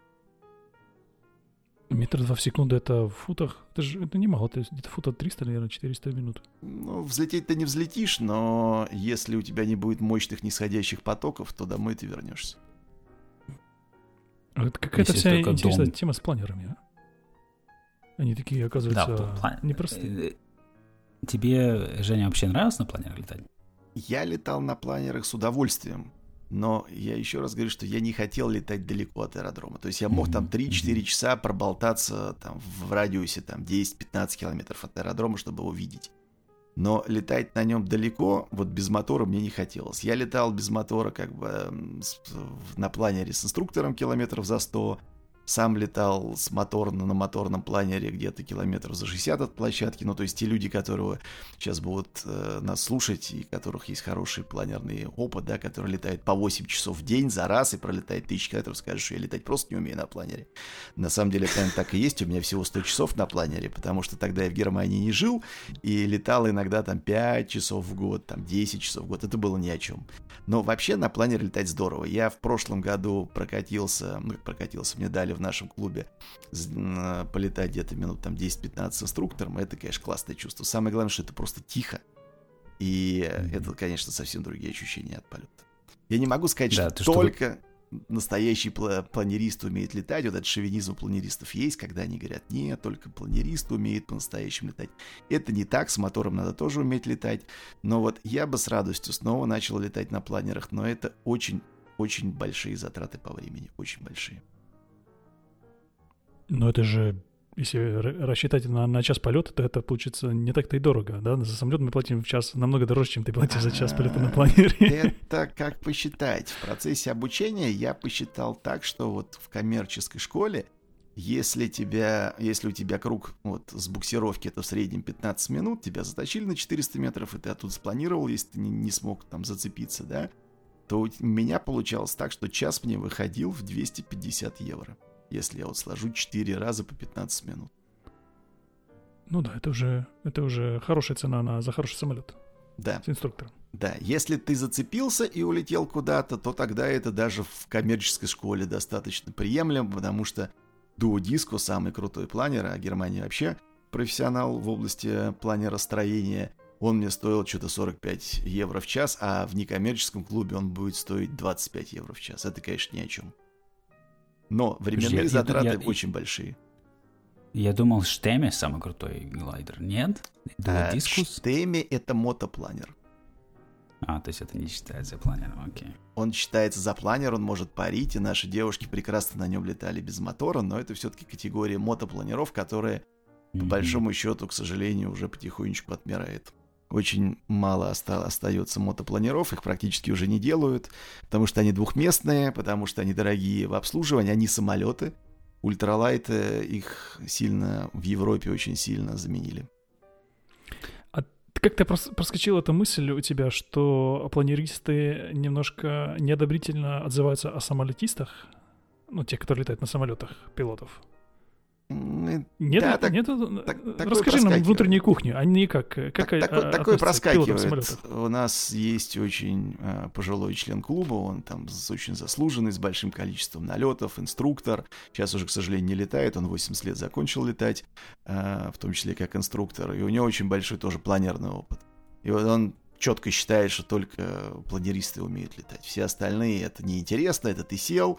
Метр два в секунду — это в футах? Это же это немало, это где-то футов триста, наверное, четыреста в минуту. Ну, взлететь ты не взлетишь, но если у тебя не будет мощных нисходящих потоков, то домой ты вернешься. А это какая-то вся интересная дом... тема с планерами, а? Они такие, оказывается, да, план... непростые. Тебе, Женя, вообще нравилось на планерах летать? Я летал на планерах с удовольствием. Но я еще раз говорю, что я не хотел летать далеко от аэродрома. То есть я мог mm-hmm. там три-четыре mm-hmm. часа проболтаться там, в радиусе там, десять-пятнадцать километров от аэродрома, чтобы его видеть. Но летать на нем далеко, вот без мотора, мне не хотелось. Я летал без мотора как бы на планере с инструктором километров за сто. Сам летал с моторным, на моторном планере где-то километров за шестьдесят от площадки. Ну, то есть те люди, которые сейчас будут э, нас слушать, и у которых есть хороший планерный опыт, да, которые летают по восемь часов в день за раз и пролетают тысячи километров, скажут, что я летать просто не умею на планере. На самом деле, это так и есть. У меня всего сто часов на планере, потому что тогда я в Германии не жил и летал иногда там пять часов в год, там десять часов в год. Это было ни о чем. Но вообще на планере летать здорово. Я в прошлом году прокатился, ну, прокатился, мне дали в нашем клубе полетать где-то минут там десять-пятнадцать с инструктором. Это, конечно, классное чувство. Самое главное, что это просто тихо. И mm-hmm. это, конечно, совсем другие ощущения от полета. Я не могу сказать, да, что только что... настоящий пла- планерист умеет летать. Вот этот шовинизм у планеристов есть, когда они говорят, нет, только планерист умеет по-настоящему летать. Это не так, с мотором надо тоже уметь летать. Но вот я бы с радостью снова начал летать на планерах, но это очень-очень большие затраты по времени, очень большие. Но это же, если рассчитать на, на час полета, то это получится не так-то и дорого, да? За самолет мы платим в час намного дороже, чем ты платишь за час полета на планере. Это как посчитать. В процессе обучения я посчитал так, что вот в коммерческой школе, если, тебя, если у тебя круг вот, с буксировки, это в среднем пятнадцать минут, тебя затащили на четыреста метров, и ты оттуда спланировал, если ты не, не смог там зацепиться, да, то у меня получалось так, что час мне выходил в двести пятьдесят евро. Если я вот сложу четыре раза по пятнадцать минут. Ну да, это уже, это уже хорошая цена на, за хороший самолет. Да. С инструктором. Да, если ты зацепился и улетел куда-то, то тогда это даже в коммерческой школе достаточно приемлемо, потому что Duo Disco самый крутой планер, а Германия вообще профессионал в области планеростроения. Он мне стоил что-то сорок пять евро в час, а в некоммерческом клубе он будет стоить двадцать пять евро в час. Это, конечно, ни о чем. Но временные я, затраты я, я, очень большие. Я думал, Штеме самый крутой глайдер. Нет? А, Штеме — это мотопланер. А, то есть это не считается планером, окей. Он считается за планер, он может парить, и наши девушки прекрасно на нем летали без мотора, но это все-таки категория мотопланеров, которая, mm-hmm. по большому счету, к сожалению, уже потихонечку отмирает. Очень мало оста- остается мотопланеров, их практически уже не делают, потому что они двухместные, потому что они дорогие в обслуживании, они самолеты. Ультралайты их сильно в Европе очень сильно заменили. А как-то прос- проскочила эта мысль у тебя, что планеристы немножко неодобрительно отзываются о самолетистах, ну, те, которые летают на самолетах, пилотов? Нет, да, так, нет, так, расскажи нам внутреннюю кухню, а не как, как так, такой, такой проскакивает. У нас есть очень э, пожилой член клуба, он там очень заслуженный, с большим количеством налетов, инструктор. Сейчас уже, к сожалению, не летает, он восемьдесят лет закончил летать, э, в том числе как инструктор, и у него очень большой тоже планерный опыт. И вот он четко считает, что только планеристы умеют летать. Все остальные — это неинтересно, это ты сел,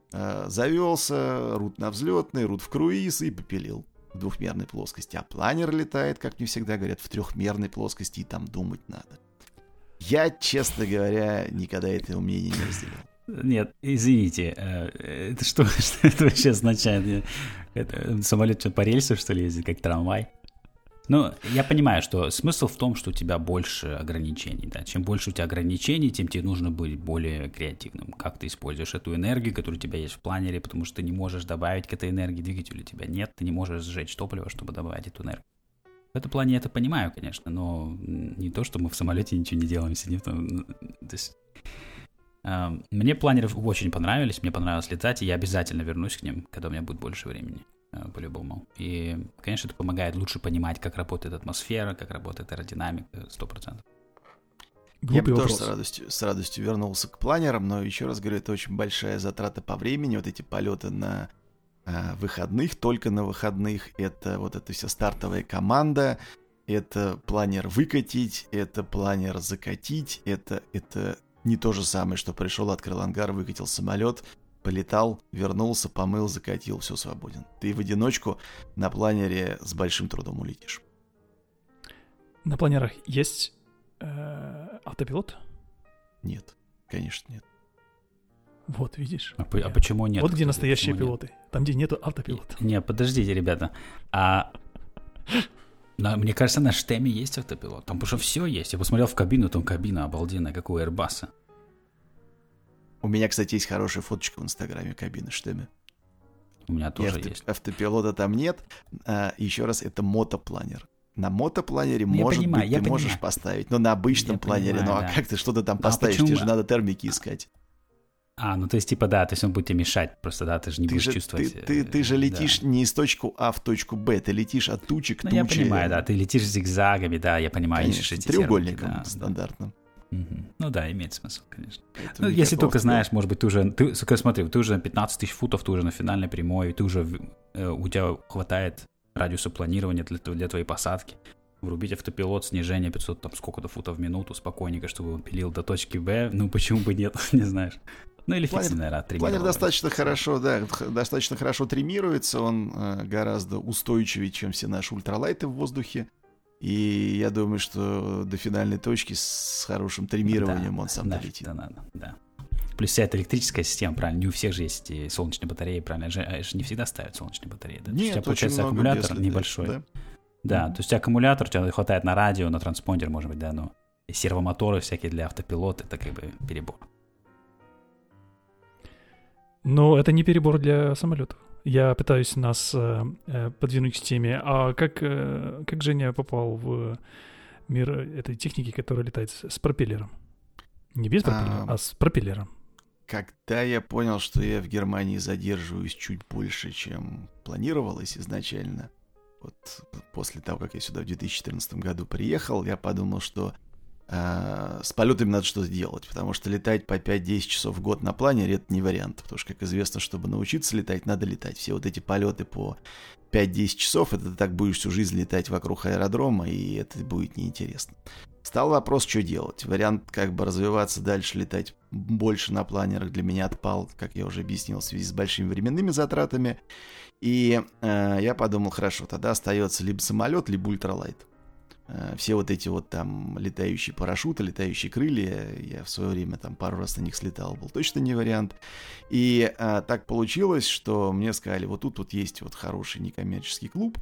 завелся, рут на взлетный, рут в круиз и попилил в двухмерной плоскости. А планер летает, как мне всегда говорят, в трехмерной плоскости, и там думать надо. Я, честно говоря, никогда этого мнения не разделял. Нет, извините, это что, что это вообще означает? Это, самолет что, по рельсу, что ли, ездит, как трамвай? Ну, я понимаю, что смысл в том, что у тебя больше ограничений, да. Чем больше у тебя ограничений, тем тебе нужно быть более креативным. Как ты используешь эту энергию, которая у тебя есть в планере, потому что ты не можешь добавить к этой энергии, двигателя у тебя нет, ты не можешь сжечь топливо, чтобы добавить эту энергию. В этом плане я это понимаю, конечно, но не то, что мы в самолете ничего не делаем, сидим там. То есть, э, мне планеры очень понравились, мне понравилось летать, и я обязательно вернусь к ним, когда у меня будет больше времени. По-любому. И, конечно, это помогает лучше понимать, как работает атмосфера, как работает аэродинамика, сто процентов. Я бы тоже с радостью, с радостью вернулся к планерам, но еще раз говорю, это очень большая затрата по времени, вот эти полеты на а, выходных, только на выходных, это вот эта вся стартовая команда, это планер выкатить, это планер закатить, это, это не то же самое, что пришел, открыл ангар, выкатил самолет, полетал, вернулся, помыл, закатил, все, свободен. Ты в одиночку на планере с большим трудом улетишь. На планерах есть э, автопилот? Нет, конечно, нет. Вот, видишь? А, а почему нет? Вот где настоящие почему пилоты. Нет? Там, где нету автопилота. Не, подождите, ребята. А... Но, мне кажется, на Штеме есть автопилот. Там уже все есть. Я посмотрел в кабину, там кабина обалденная, как у Airbus. У меня, кстати, есть хорошая фоточка в Инстаграме кабины Штеме. У меня тоже авто, есть. Автопилота там нет. А, еще раз, это мотопланер. На мотопланере, ну, может понимаю, быть, ты понимаю. можешь поставить, но на обычном я планере, понимаю, ну а да. как ты что-то там поставишь? Ну, а тебе же надо термики искать. А, ну то есть, типа, да, то есть он будет тебе мешать, просто, да, ты же не ты будешь же, чувствовать. Ты, ты, ты же летишь да. не из точки А в точку Б, ты летишь от тучи к ну, туче. Я понимаю, да, ты летишь зигзагами, да, я понимаю. Конечно, треугольником термики, да, стандартным. Да. Угу. Ну да, имеет смысл, конечно. Ну, если только знаешь, может быть, ты уже, ты, смотри, ты уже на пятнадцать тысяч футов, ты уже на финальной прямой, ты уже, э, у тебя хватает радиуса планирования для, для твоей посадки. Врубить автопилот, снижение пятьсот, там, сколько-то футов в минуту, спокойненько, чтобы он пилил до точки Б, ну почему бы нет, не знаешь. Ну или фиксированный, наверное, триммирование. Планер достаточно хорошо, да, достаточно хорошо триммируется, он э, гораздо устойчивее, чем все наши ультралайты в воздухе. И я думаю, что до финальной точки с хорошим триммированием да, он сам да, долетит. Да, да, да. Плюс вся эта электрическая система, правильно, не у всех же есть эти солнечные батареи, правильно, же, же не всегда ставят солнечные батареи. Да? Нет, у тебя получается аккумулятор без, небольшой. Да, да mm-hmm. то есть у тебя аккумулятор, у тебя хватает на радио, на транспондер, может быть, да, но и сервомоторы всякие для автопилота, это как бы перебор. Но это не перебор для самолетов. Я пытаюсь нас э, подвинуть к теме. А как, э, как Женя попал в мир этой техники, которая летает с, с пропеллером? Не без пропеллера, а, а с пропеллером. Когда я понял, что я в Германии задерживаюсь чуть больше, чем планировалось изначально, вот после того, как я сюда в две тысячи четырнадцатом году приехал, я подумал, что э, с полетами надо что-то делать, потому что летать по пять-десять часов в год на планере — это не вариант, потому что, как известно, чтобы научиться летать, надо летать. Все вот эти полеты по пять-десять часов, это ты так будешь всю жизнь летать вокруг аэродрома, и это будет неинтересно. Стал вопрос, что делать. Вариант как бы развиваться дальше, летать больше на планерах для меня отпал, как я уже объяснил, в связи с большими временными затратами. И э, я подумал, хорошо, тогда остается либо самолет, либо ультралайт. Э, все вот эти вот там летающие парашюты, летающие крылья, я в свое время там пару раз на них слетал, был точно не вариант. И э, так получилось, что мне сказали, вот тут вот есть вот хороший некоммерческий клуб,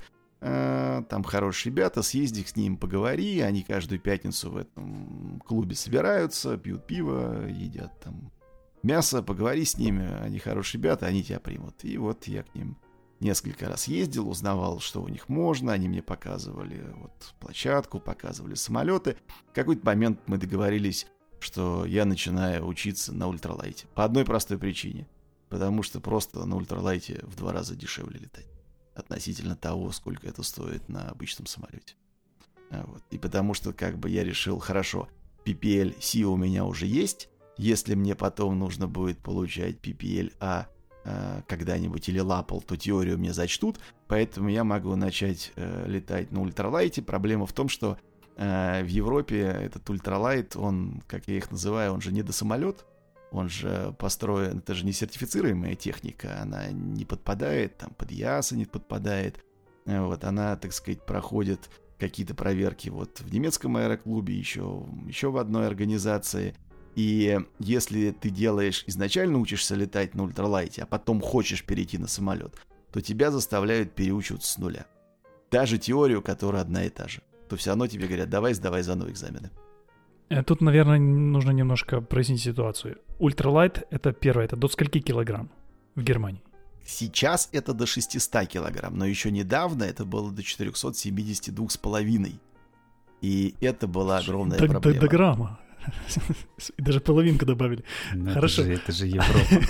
там хорошие ребята, съезди с ним, поговори, они каждую пятницу в этом клубе собираются, пьют пиво, едят там мясо, поговори с ними, они хорошие ребята, они тебя примут. И вот я к ним несколько раз ездил, узнавал, что у них можно, они мне показывали вот площадку, показывали самолеты. В какой-то момент мы договорились, что я начинаю учиться на ультралайте. По одной простой причине, потому что просто на ультралайте в два раза дешевле летать относительно того, сколько это стоит на обычном самолете. Вот. И потому что как бы я решил, хорошо, пи пи эл-C у меня уже есть, если мне потом нужно будет получать пи пи эл-A э, когда-нибудь или лапл, то теорию мне зачтут, поэтому я могу начать э, летать на ультралайте. Проблема в том, что э, в Европе этот ультралайт, он, как я их называю, он же не до самолет, он же построен, это же не сертифицируемая техника, она не подпадает, там, под ИАСА не подпадает. Вот, она, так сказать, проходит какие-то проверки вот в немецком аэроклубе, еще, еще в одной организации. И если ты делаешь, изначально учишься летать на ультралайте, а потом хочешь перейти на самолет, то тебя заставляют переучиваться с нуля. даже теорию, которая одна и та же, то все равно тебе говорят, давай сдавай заново экзамены. Тут, наверное, нужно немножко прояснить ситуацию. Ультралайт — это первое, это до скольки килограмм в Германии? Сейчас это до шестьсот килограмм, но еще недавно это было до четыреста семьдесят два с половиной. И это была огромная до, проблема. До, до грамма. И даже половинку добавили. Но Хорошо. Это же, это же Европа.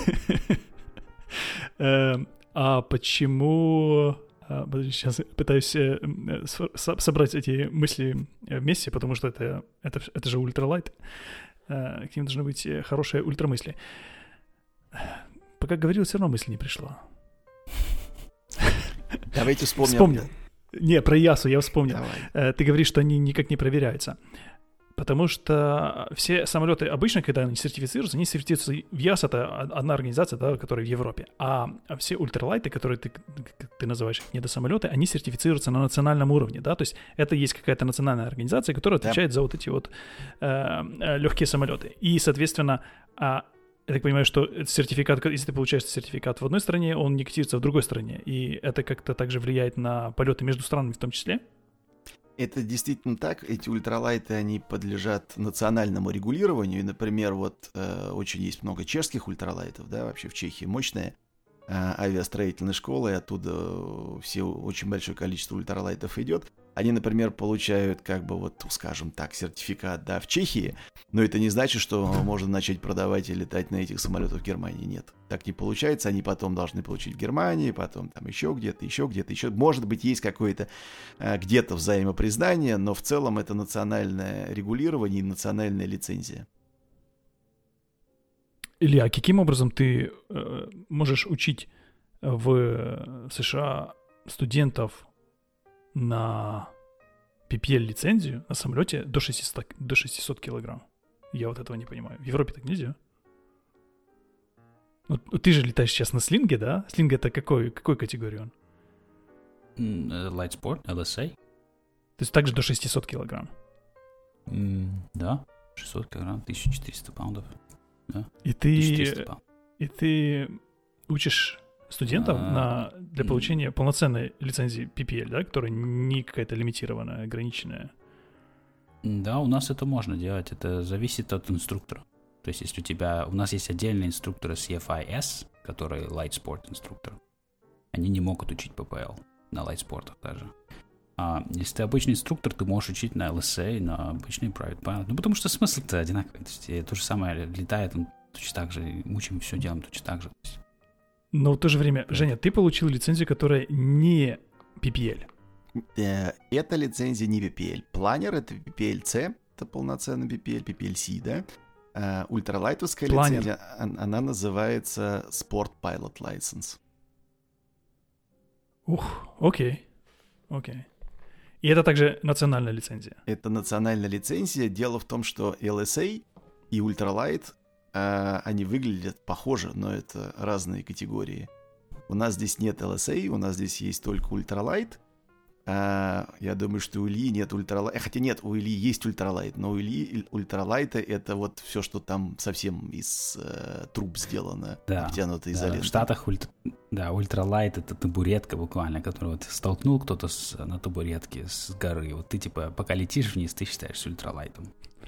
А почему... Сейчас пытаюсь собрать эти мысли вместе, потому что это, это, это же ультралайт. К ним должны быть хорошие ультрамысли. Пока говорил, все равно мысль не пришла. Давайте вспомним. Вспомнил. Не, про ЯСУ я вспомнил. Давай. Ты говоришь, что они никак не проверяются. Потому что все самолеты обычно, когда они сертифицируются, они сертифицируются в ЯС, это одна организация, да, которая в Европе. А все ультралайты, которые ты, ты называешь недосамолеты, они сертифицируются на национальном уровне, да, то есть это есть какая-то национальная организация, которая отвечает да. за вот эти вот э, легкие самолеты. И, соответственно, я так понимаю, что сертификат, если ты получаешь сертификат в одной стране, он не котируется в другой стране, и это как-то также влияет на полеты между странами в том числе? Это действительно так. Эти ультралайты, они подлежат национальному регулированию. И, например, вот э, очень есть много чешских ультралайтов, да, вообще в Чехии мощная э, авиастроительная школа, и оттуда все, очень большое количество ультралайтов идет. Они, например, получают, как бы, вот, скажем так, сертификат, да, в Чехии, но это не значит, что можно начать продавать и летать на этих самолетах в Германии. Нет, так не получается. Они потом должны получить в Германии, потом там еще где-то, еще где-то, еще. Может быть, есть какое-то э, где-то взаимопризнание, но в целом это национальное регулирование и национальная лицензия. Илья, каким образом ты э, можешь учить в США студентов на пи пи эл-лицензию на самолете до шестисот, до шестисот килограмм? Я вот этого не понимаю. В Европе так нельзя. Ну, ты же летаешь сейчас на слинге, да? Слинг — это какой, какой категории он? Light Sport, эл эс эй. То есть также до шестисот килограмм? Mm, да, шестьсот килограмм, тысяча четыреста паундов. Да. И ты, и ты учишь студентов а, на, для получения полноценной лицензии пи пи эл, да, которая не какая-то лимитированная, ограниченная? Да, у нас это можно делать, это зависит от инструктора. То есть если у тебя... У нас есть отдельные инструкторы си эф ай эс, которые Light Sport инструктор. Они не могут учить пи пи эл на Light Sport даже. А если ты обычный инструктор, ты можешь учить на эл эс эй, на обычный Private Pilot. Ну, потому что смысл-то одинаковый. То есть то же самое летает, он точно так же, мучим, все делаем точно так же. Но в то же время, Женя, ты получил лицензию, которая не пи пи эл. Это лицензия не пи пи эл. Планер — это пи пи эл-C, это полноценный пи пи эл, пи пи эл-C, да? Uh, ультралайтовская лицензия, она называется Sport Pilot License. Ух, окей, окей. И это также национальная лицензия? Это национальная лицензия. Дело в том, что эл эс эй и ультралайт, uh, они выглядят похоже, но это разные категории. У нас здесь нет эл эс эй, у нас здесь есть только ультралайт. Uh, я думаю, что у Ильи нет ультралайта. Хотя нет, у Ильи есть ультралайт, но у Ильи ультралайта это вот все, что там совсем из uh, труб сделано, да, обтянуто да. изолентой. В Штатах ультра... да, ультралайт — это табуретка буквально, которую вот столкнул кто-то с, на табуретке с горы. Вот ты типа пока летишь вниз, ты считаешься ультралайтом.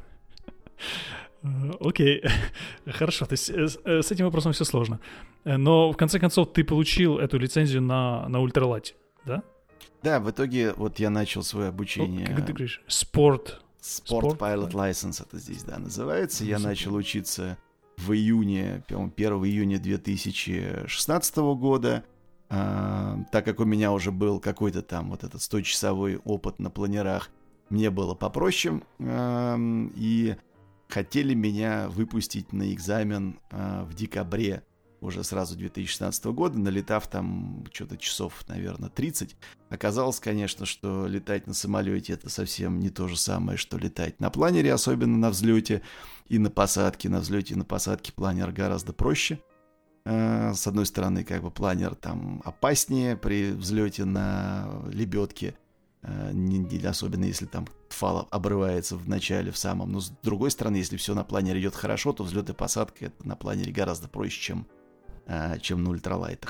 Окей, okay. Хорошо, то есть с этим вопросом все сложно. Но в конце концов ты получил эту лицензию на, на ультралайте, да? Да, в итоге вот я начал свое обучение. Как ты говоришь? Спорт. Sport Pilot License это здесь, да, называется. Я начал учиться в июне, первого июня две тысячи шестнадцатого года. А, так как у меня уже был какой-то там вот этот сточасовой опыт на планерах, мне было попроще. А, и хотели меня выпустить на экзамен а, в декабре уже сразу две тысячи шестнадцатого года, налетав там что-то часов, наверное, тридцать. Оказалось, конечно, что летать на самолете — это совсем не то же самое, что летать на планере, особенно на взлете и на посадке. На взлете и на посадке планер гораздо проще. С одной стороны, как бы планер там опаснее при взлете на лебедке, особенно если там фал обрывается в начале, в самом. Но с другой стороны, если все на планере идет хорошо, то взлет и посадка — это на планере гораздо проще, чем чем на ультралайтах.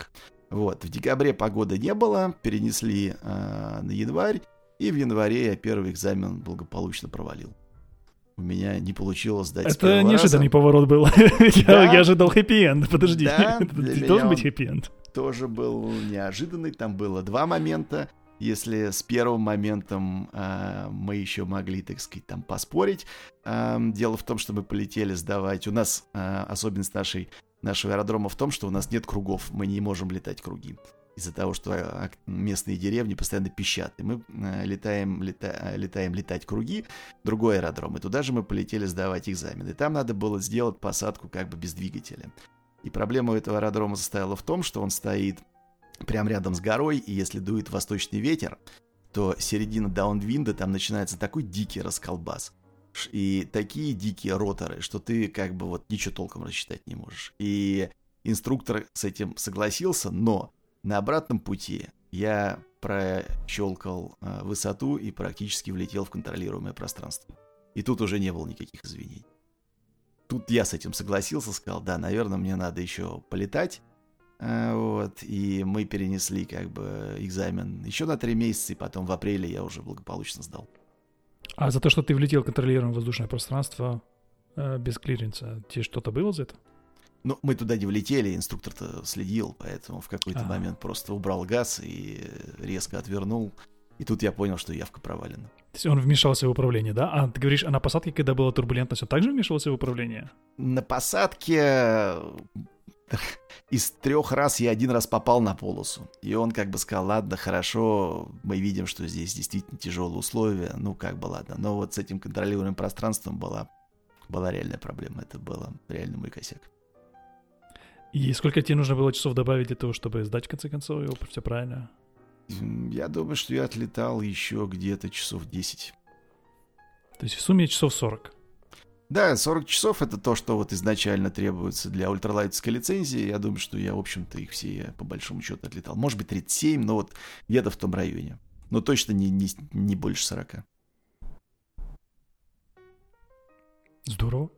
Вот, в декабре погоды не было, перенесли э, на январь, и в январе я первый экзамен благополучно провалил. У меня не получилось сдать с первого Это неожиданный раза. поворот был. Да. я, я ожидал хэппи-энд, подожди. Да, для меня Должен быть он хэппи-энд. тоже был неожиданный, там было два момента. Если с первым моментом э, мы еще могли, так сказать, там поспорить. Э, дело в том, что мы полетели сдавать. У нас э, особенность нашей, нашего аэродрома в том, что у нас нет кругов. Мы не можем летать круги. Из-за того, что местные деревни постоянно пищат. И мы э, летаем, лета, летаем летать круги, другой аэродром. И туда же мы полетели сдавать экзамены. И там надо было сделать посадку как бы без двигателя. И проблема у этого аэродрома состояла в том, что он стоит прямо рядом с горой, и если дует восточный ветер, то середина даунвинда, там начинается такой дикий расколбас. И такие дикие роторы, что ты как бы вот ничего толком рассчитать не можешь. И инструктор с этим согласился, но на обратном пути я прощелкал э, высоту и практически влетел в контролируемое пространство. И тут уже не было никаких извинений. Тут я с этим согласился, сказал, да, наверное, мне надо еще полетать. Э, вот, и мы перенесли как бы экзамен еще на три месяца, и потом в апреле я уже благополучно сдал. А за то, что ты влетел в контролируемое воздушное пространство э, без клиренса, тебе что-то было за это? Ну, мы туда не влетели, инструктор-то следил, поэтому в какой-то А-а. момент просто убрал газ и резко отвернул. И тут я понял, что явка провалена. То есть он вмешался в управление, да? А ты говоришь, а на посадке, когда была турбулентность, он также вмешивался в управление? На посадке из трех раз я один раз попал на полосу. И он как бы сказал, ладно, хорошо, мы видим, что здесь действительно тяжелые условия, ну как бы ладно. Но вот с этим контролируемым пространством была, была реальная проблема, это был реально мой косяк. И сколько тебе нужно было часов добавить для того, чтобы сдать в конце концов его, все правильно? Я думаю, что я отлетал еще где-то часов десять. То есть в сумме часов сорок? Да, сорок часов — это то, что вот изначально требуется для ультралайтовской лицензии. Я думаю, что я, в общем-то, их все по большому счету отлетал. Может быть, тридцать семь, но вот где-то в том районе. Но точно не, не, не больше сорока. Здорово.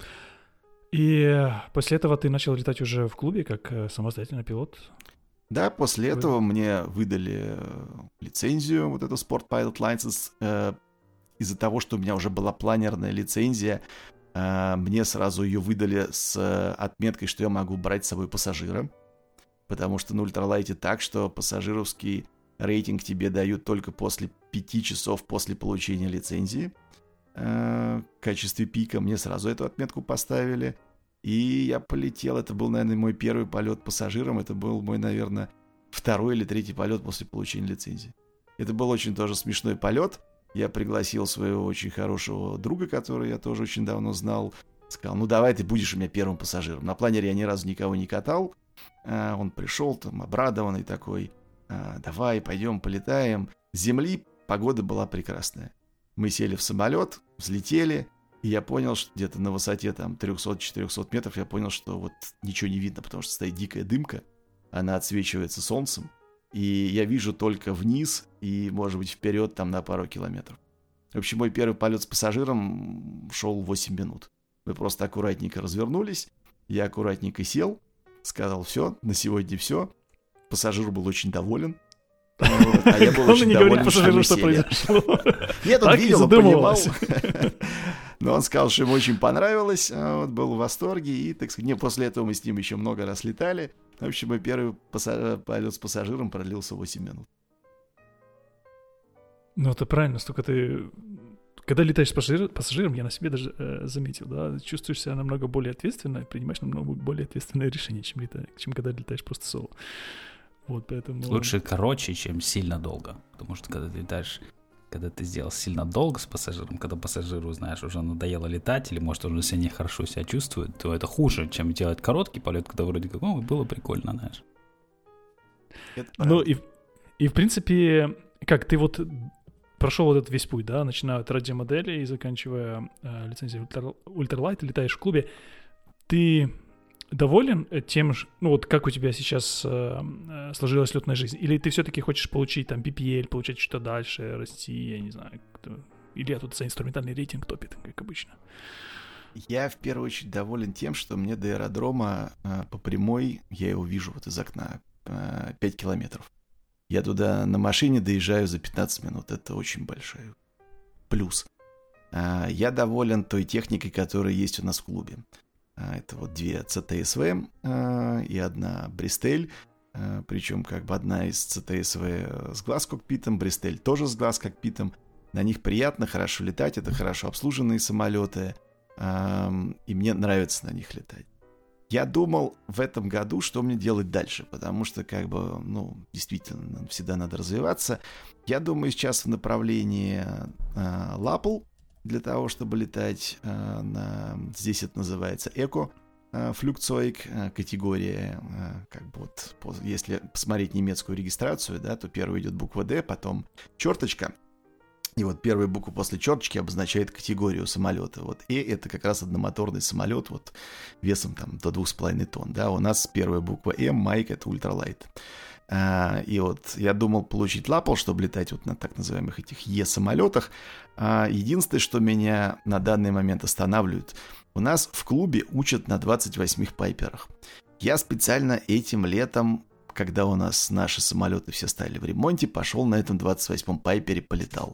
И после этого ты начал летать уже в клубе как самостоятельный пилот? Да, после этого мне выдали лицензию, вот эту Sport Pilot License. Э, из-за того, что у меня уже была планерная лицензия, э, мне сразу ее выдали с отметкой, что я могу брать с собой пассажира. Потому что на ультралайте так, что пассажировский рейтинг тебе дают только после пяти часов после получения лицензии. В качестве пика мне сразу эту отметку поставили, и я полетел. Это был, наверное, мой первый полет пассажиром. Это был мой, наверное, второй или третий полет после получения лицензии. Это был очень тоже смешной полет. Я пригласил своего очень хорошего друга, который я тоже очень давно знал. Сказал, ну давай ты будешь у меня первым пассажиром. На планере я ни разу никого не катал. Он пришел там обрадованный такой, давай пойдем полетаем. С земли погода была прекрасная. Мы сели в самолет, взлетели, и я понял, что где-то на высоте там триста-четыреста метров я понял, что вот ничего не видно, потому что стоит дикая дымка, она отсвечивается солнцем, и я вижу только вниз и, может быть, вперед там на пару километров. В общем, мой первый полет с пассажиром шел восемь минут. Мы просто аккуратненько развернулись, я аккуратненько сел, сказал, все, на сегодня все. Пассажир был очень доволен. Вот, а я был очень не доволен, говорит пассажиру, что что произошло. Нет, он Так и видел, он понимал. задумывался. Но он сказал, что ему очень понравилось, вот, был в восторге. И, так сказать, не, после этого мы с ним еще много раз летали. В общем, мой первый пассаж... полет с пассажиром продлился восемь минут. Ну, это правильно, столько ты... Когда летаешь с пассажир... пассажиром, я на себе даже э, заметил, да, чувствуешь себя намного более ответственно, принимаешь намного более ответственное решение, чем, лета... чем когда летаешь просто соло. Вот, поэтому... Лучше короче, чем сильно долго. Потому что когда ты летаешь, когда ты сделал сильно долго с пассажиром, когда пассажиру, знаешь, уже надоело летать, или, может, он уже себя нехорошо себя чувствует, то это хуже, чем делать короткий полет, когда вроде как, о, было прикольно, знаешь. Ну, и, и, в принципе, как ты вот прошел вот этот весь путь, да, начиная от радиомодели и заканчивая э, лицензией ультралайт, летаешь в клубе, ты... доволен тем, ну вот как у тебя сейчас э, сложилась летная жизнь? Или ты все-таки хочешь получить там пи пи эль, получать что-то дальше, расти, я не знаю, кто... или я тут за инструментальный рейтинг топит, как обычно? Я в первую очередь доволен тем, что мне до аэродрома э, по прямой, я его вижу вот из окна, пять километров. Я туда на машине доезжаю за пятнадцать минут. Это очень большой плюс. Я доволен той техникой, которая есть у нас в клубе. Это вот две си ти эс ви и одна Bristell. Причем как бы одна из си ти эс ви с глаз-кокпитом, Bristell тоже с глаз-кокпитом. На них приятно, хорошо летать, это хорошо обслуженные самолеты. И мне нравится на них летать. Я думал в этом году, что мне делать дальше, потому что, как бы, ну, действительно, всегда надо развиваться. Я думаю сейчас в направлении э, лапл, для того, чтобы летать э, на... Здесь это называется эко э, флюгцойг, э, категория, э, как бы вот, по, если посмотреть немецкую регистрацию, да, то первая идет буква D, потом черточка. И вот первая буква после черточки обозначает категорию самолета. Вот «Э» — это как раз одномоторный самолет вот, весом там, до двух с половиной тонн. Да? У нас первая буква «М», «Майк» — это ультралайт. А, и вот я думал получить лапл, чтобы летать вот на так называемых этих Е-самолетах. А, единственное, что меня на данный момент останавливает, у нас в клубе учат на двадцать восьмых пайперах. Я специально этим летом, когда у нас наши самолеты все стали в ремонте, пошел на этом двадцать восьмом пайпере, полетал.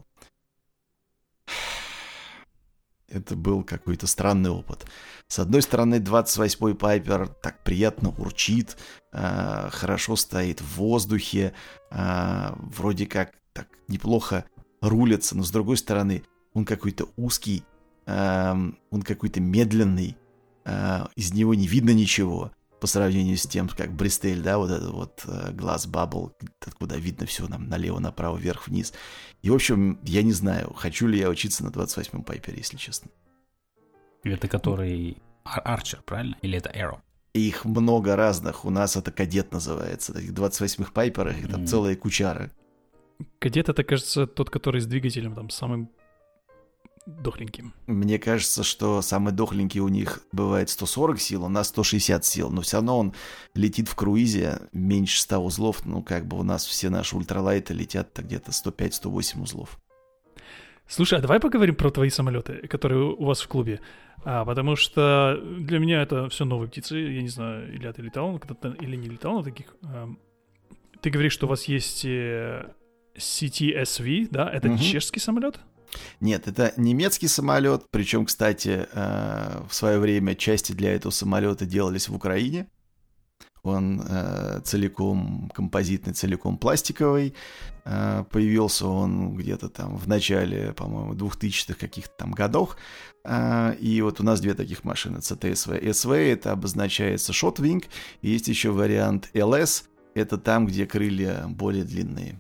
Это был какой-то странный опыт. С одной стороны, двадцать восьмой Пайпер так приятно урчит, э, хорошо стоит в воздухе, э, вроде как так неплохо рулится, но с другой стороны, он какой-то узкий, э, он какой-то медленный, э, из него не видно ничего по сравнению с тем, как Bristell, да, вот этот вот э, глаз бабл, куда видно все нам налево, направо, вверх, вниз. И, в общем, я не знаю, хочу ли я учиться на двадцать восьмом Пайпере, если честно. Это который Archer, правильно? Или это Arrow? Их много разных. У нас это кадет называется. Таких двадцать восьмых Пайперах, их там mm. целая кучара. Кадет — это, кажется, тот, который с двигателем там самым дохленьким. Мне кажется, что самый дохленький у них бывает сто сорок сил, у нас сто шестьдесят сил, но все равно он летит в круизе меньше ста узлов, ну как бы у нас все наши ультралайты летят где-то сто пять - сто восемь узлов. Слушай, а давай поговорим про твои самолеты, которые у вас в клубе, а, потому что для меня это все новые птицы, я не знаю, Илья, ты летал когда-то или не летал на таких? А, ты говоришь, что у вас есть си ти эс ви, да, это угу. чешский самолет? Нет, это немецкий самолет, причем, кстати, в свое время части для этого самолета делались в Украине. Он целиком композитный, целиком пластиковый. Появился он где-то там в начале, по-моему, двухтысячных каких-то там годах. И вот у нас две таких машины, си ти эс ви. эс ви это обозначается short wing, и есть еще вариант эл эс, это там, где крылья более длинные.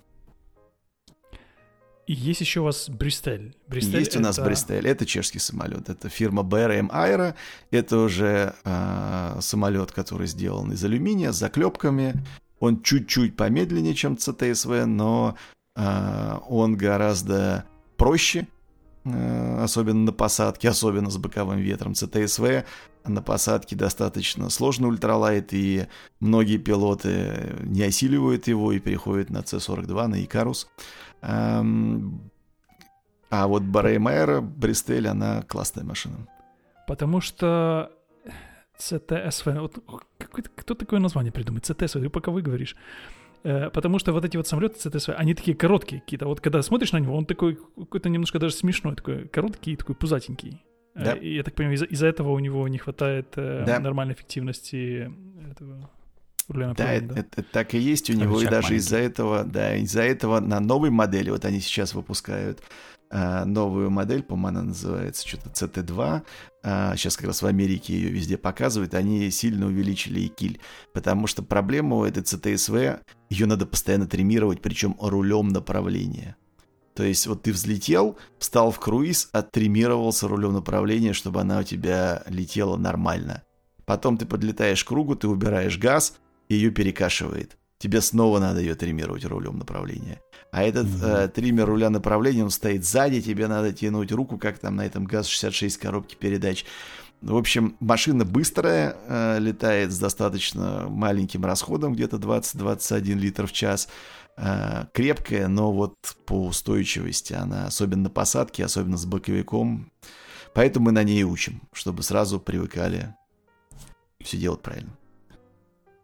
И есть еще у вас Bristell. Bristell есть это... у нас Bristell, это чешский самолет, это фирма би ар эм Aero, это уже э, самолет, который сделан из алюминия, с заклепками, он чуть-чуть помедленнее, чем си ти эс ви, но э, он гораздо проще, э, особенно на посадке, особенно с боковым ветром. си ти эс ви на посадке достаточно сложный ультралайт, и многие пилоты не осиливают его и переходят на си сорок два, на Икарус. А вот би ар эм Aero, Bristell, она классная машина. Потому что си ти эс ви, вот, кто такое название придумает? си ти эс ви, пока вы говоришь. Потому что вот эти вот самолеты си ти эс ви, они такие короткие какие-то. Вот когда смотришь на него, он такой какой-то немножко даже смешной, такой короткий, такой пузатенький. Да. И я так понимаю, из-за, из-за этого у него не хватает да. нормальной эффективности этого. Да, это, да, это так и есть у него, Рычаг и даже маленький. из-за этого, да, из-за этого на новой модели, вот они сейчас выпускают а, новую модель, по-моему, она называется что-то си ти два, а, сейчас как раз в Америке ее везде показывают, они сильно увеличили и киль, потому что проблема у этой си ти эс ви, ее надо постоянно тримировать, причем рулем направления. То есть вот ты взлетел, встал в круиз, оттримировался рулем направления, чтобы она у тебя летела нормально. Потом ты подлетаешь к кругу, ты убираешь газ, ее перекашивает. Тебе снова надо ее тримировать рулем направления. А этот mm-hmm. э, триммер руля направления, он стоит сзади, тебе надо тянуть руку, как там на этом ГАЗ шестьдесят шесть коробке передач. В общем, машина быстрая, э, летает с достаточно маленьким расходом, где-то двадцать - двадцать один литр в час. Э, крепкая, но вот по устойчивости она, особенно на посадке, особенно с боковиком. Поэтому мы на ней учим, чтобы сразу привыкали все делать правильно. У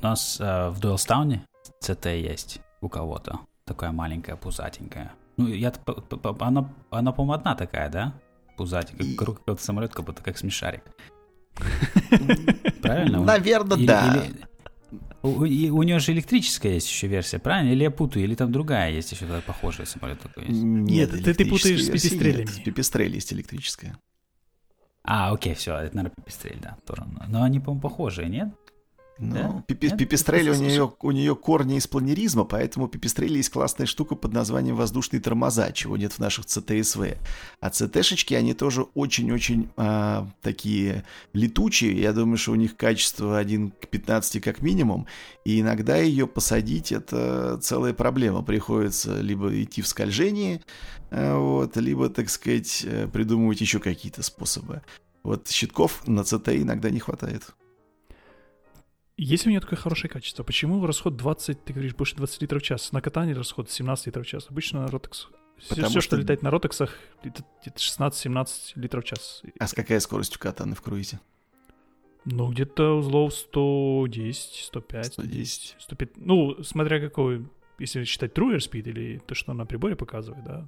нас э, в Дуэлстауне си ти есть у кого-то. Такая маленькая, пузатенькая. Ну, я, она, она, по-моему, одна такая, да? Пузатенькая. И... Какой-то самолет, как будто как смешарик. Правильно? Наверное, да. У, у, у нее же электрическая есть еще версия, правильно? Или я путаю? Или там другая есть еще похожая самолет такой есть? Нет, ты, ты путаешь с пипистрелями. Нет, пипистрель есть электрическая. А, окей, все, это, наверное, пипистрель, да. Тоже. Но они, по-моему, похожие, нет? Ну, да? пипи, Нет? пипистрель у нее, у нее корни из планеризма, поэтому пипистрель есть классная штука под названием воздушные тормоза, чего нет в наших си ти эс ви. А си ти-шечки, они тоже очень-очень а, такие летучие. Я думаю, что у них качество один к пятнадцати как минимум. И иногда ее посадить — это целая проблема. Приходится либо идти в скольжение, вот, либо, так сказать, придумывать еще какие-то способы. Вот щитков на си ти иногда не хватает. Если у нее такое хорошее качество, почему расход двадцать, ты говоришь, больше двадцать литров в час? На катании расход семнадцать литров в час. Обычно на ротекс... Все, что... что летает на ротексах, это шестнадцать-семнадцать литров в час. А с какая скорость у катаны в круизе? Ну, где-то узлов сто десять, сто пять, сто десять. сто пять. Ну, смотря какой, если считать true airspeed или то, что на приборе показывает, да?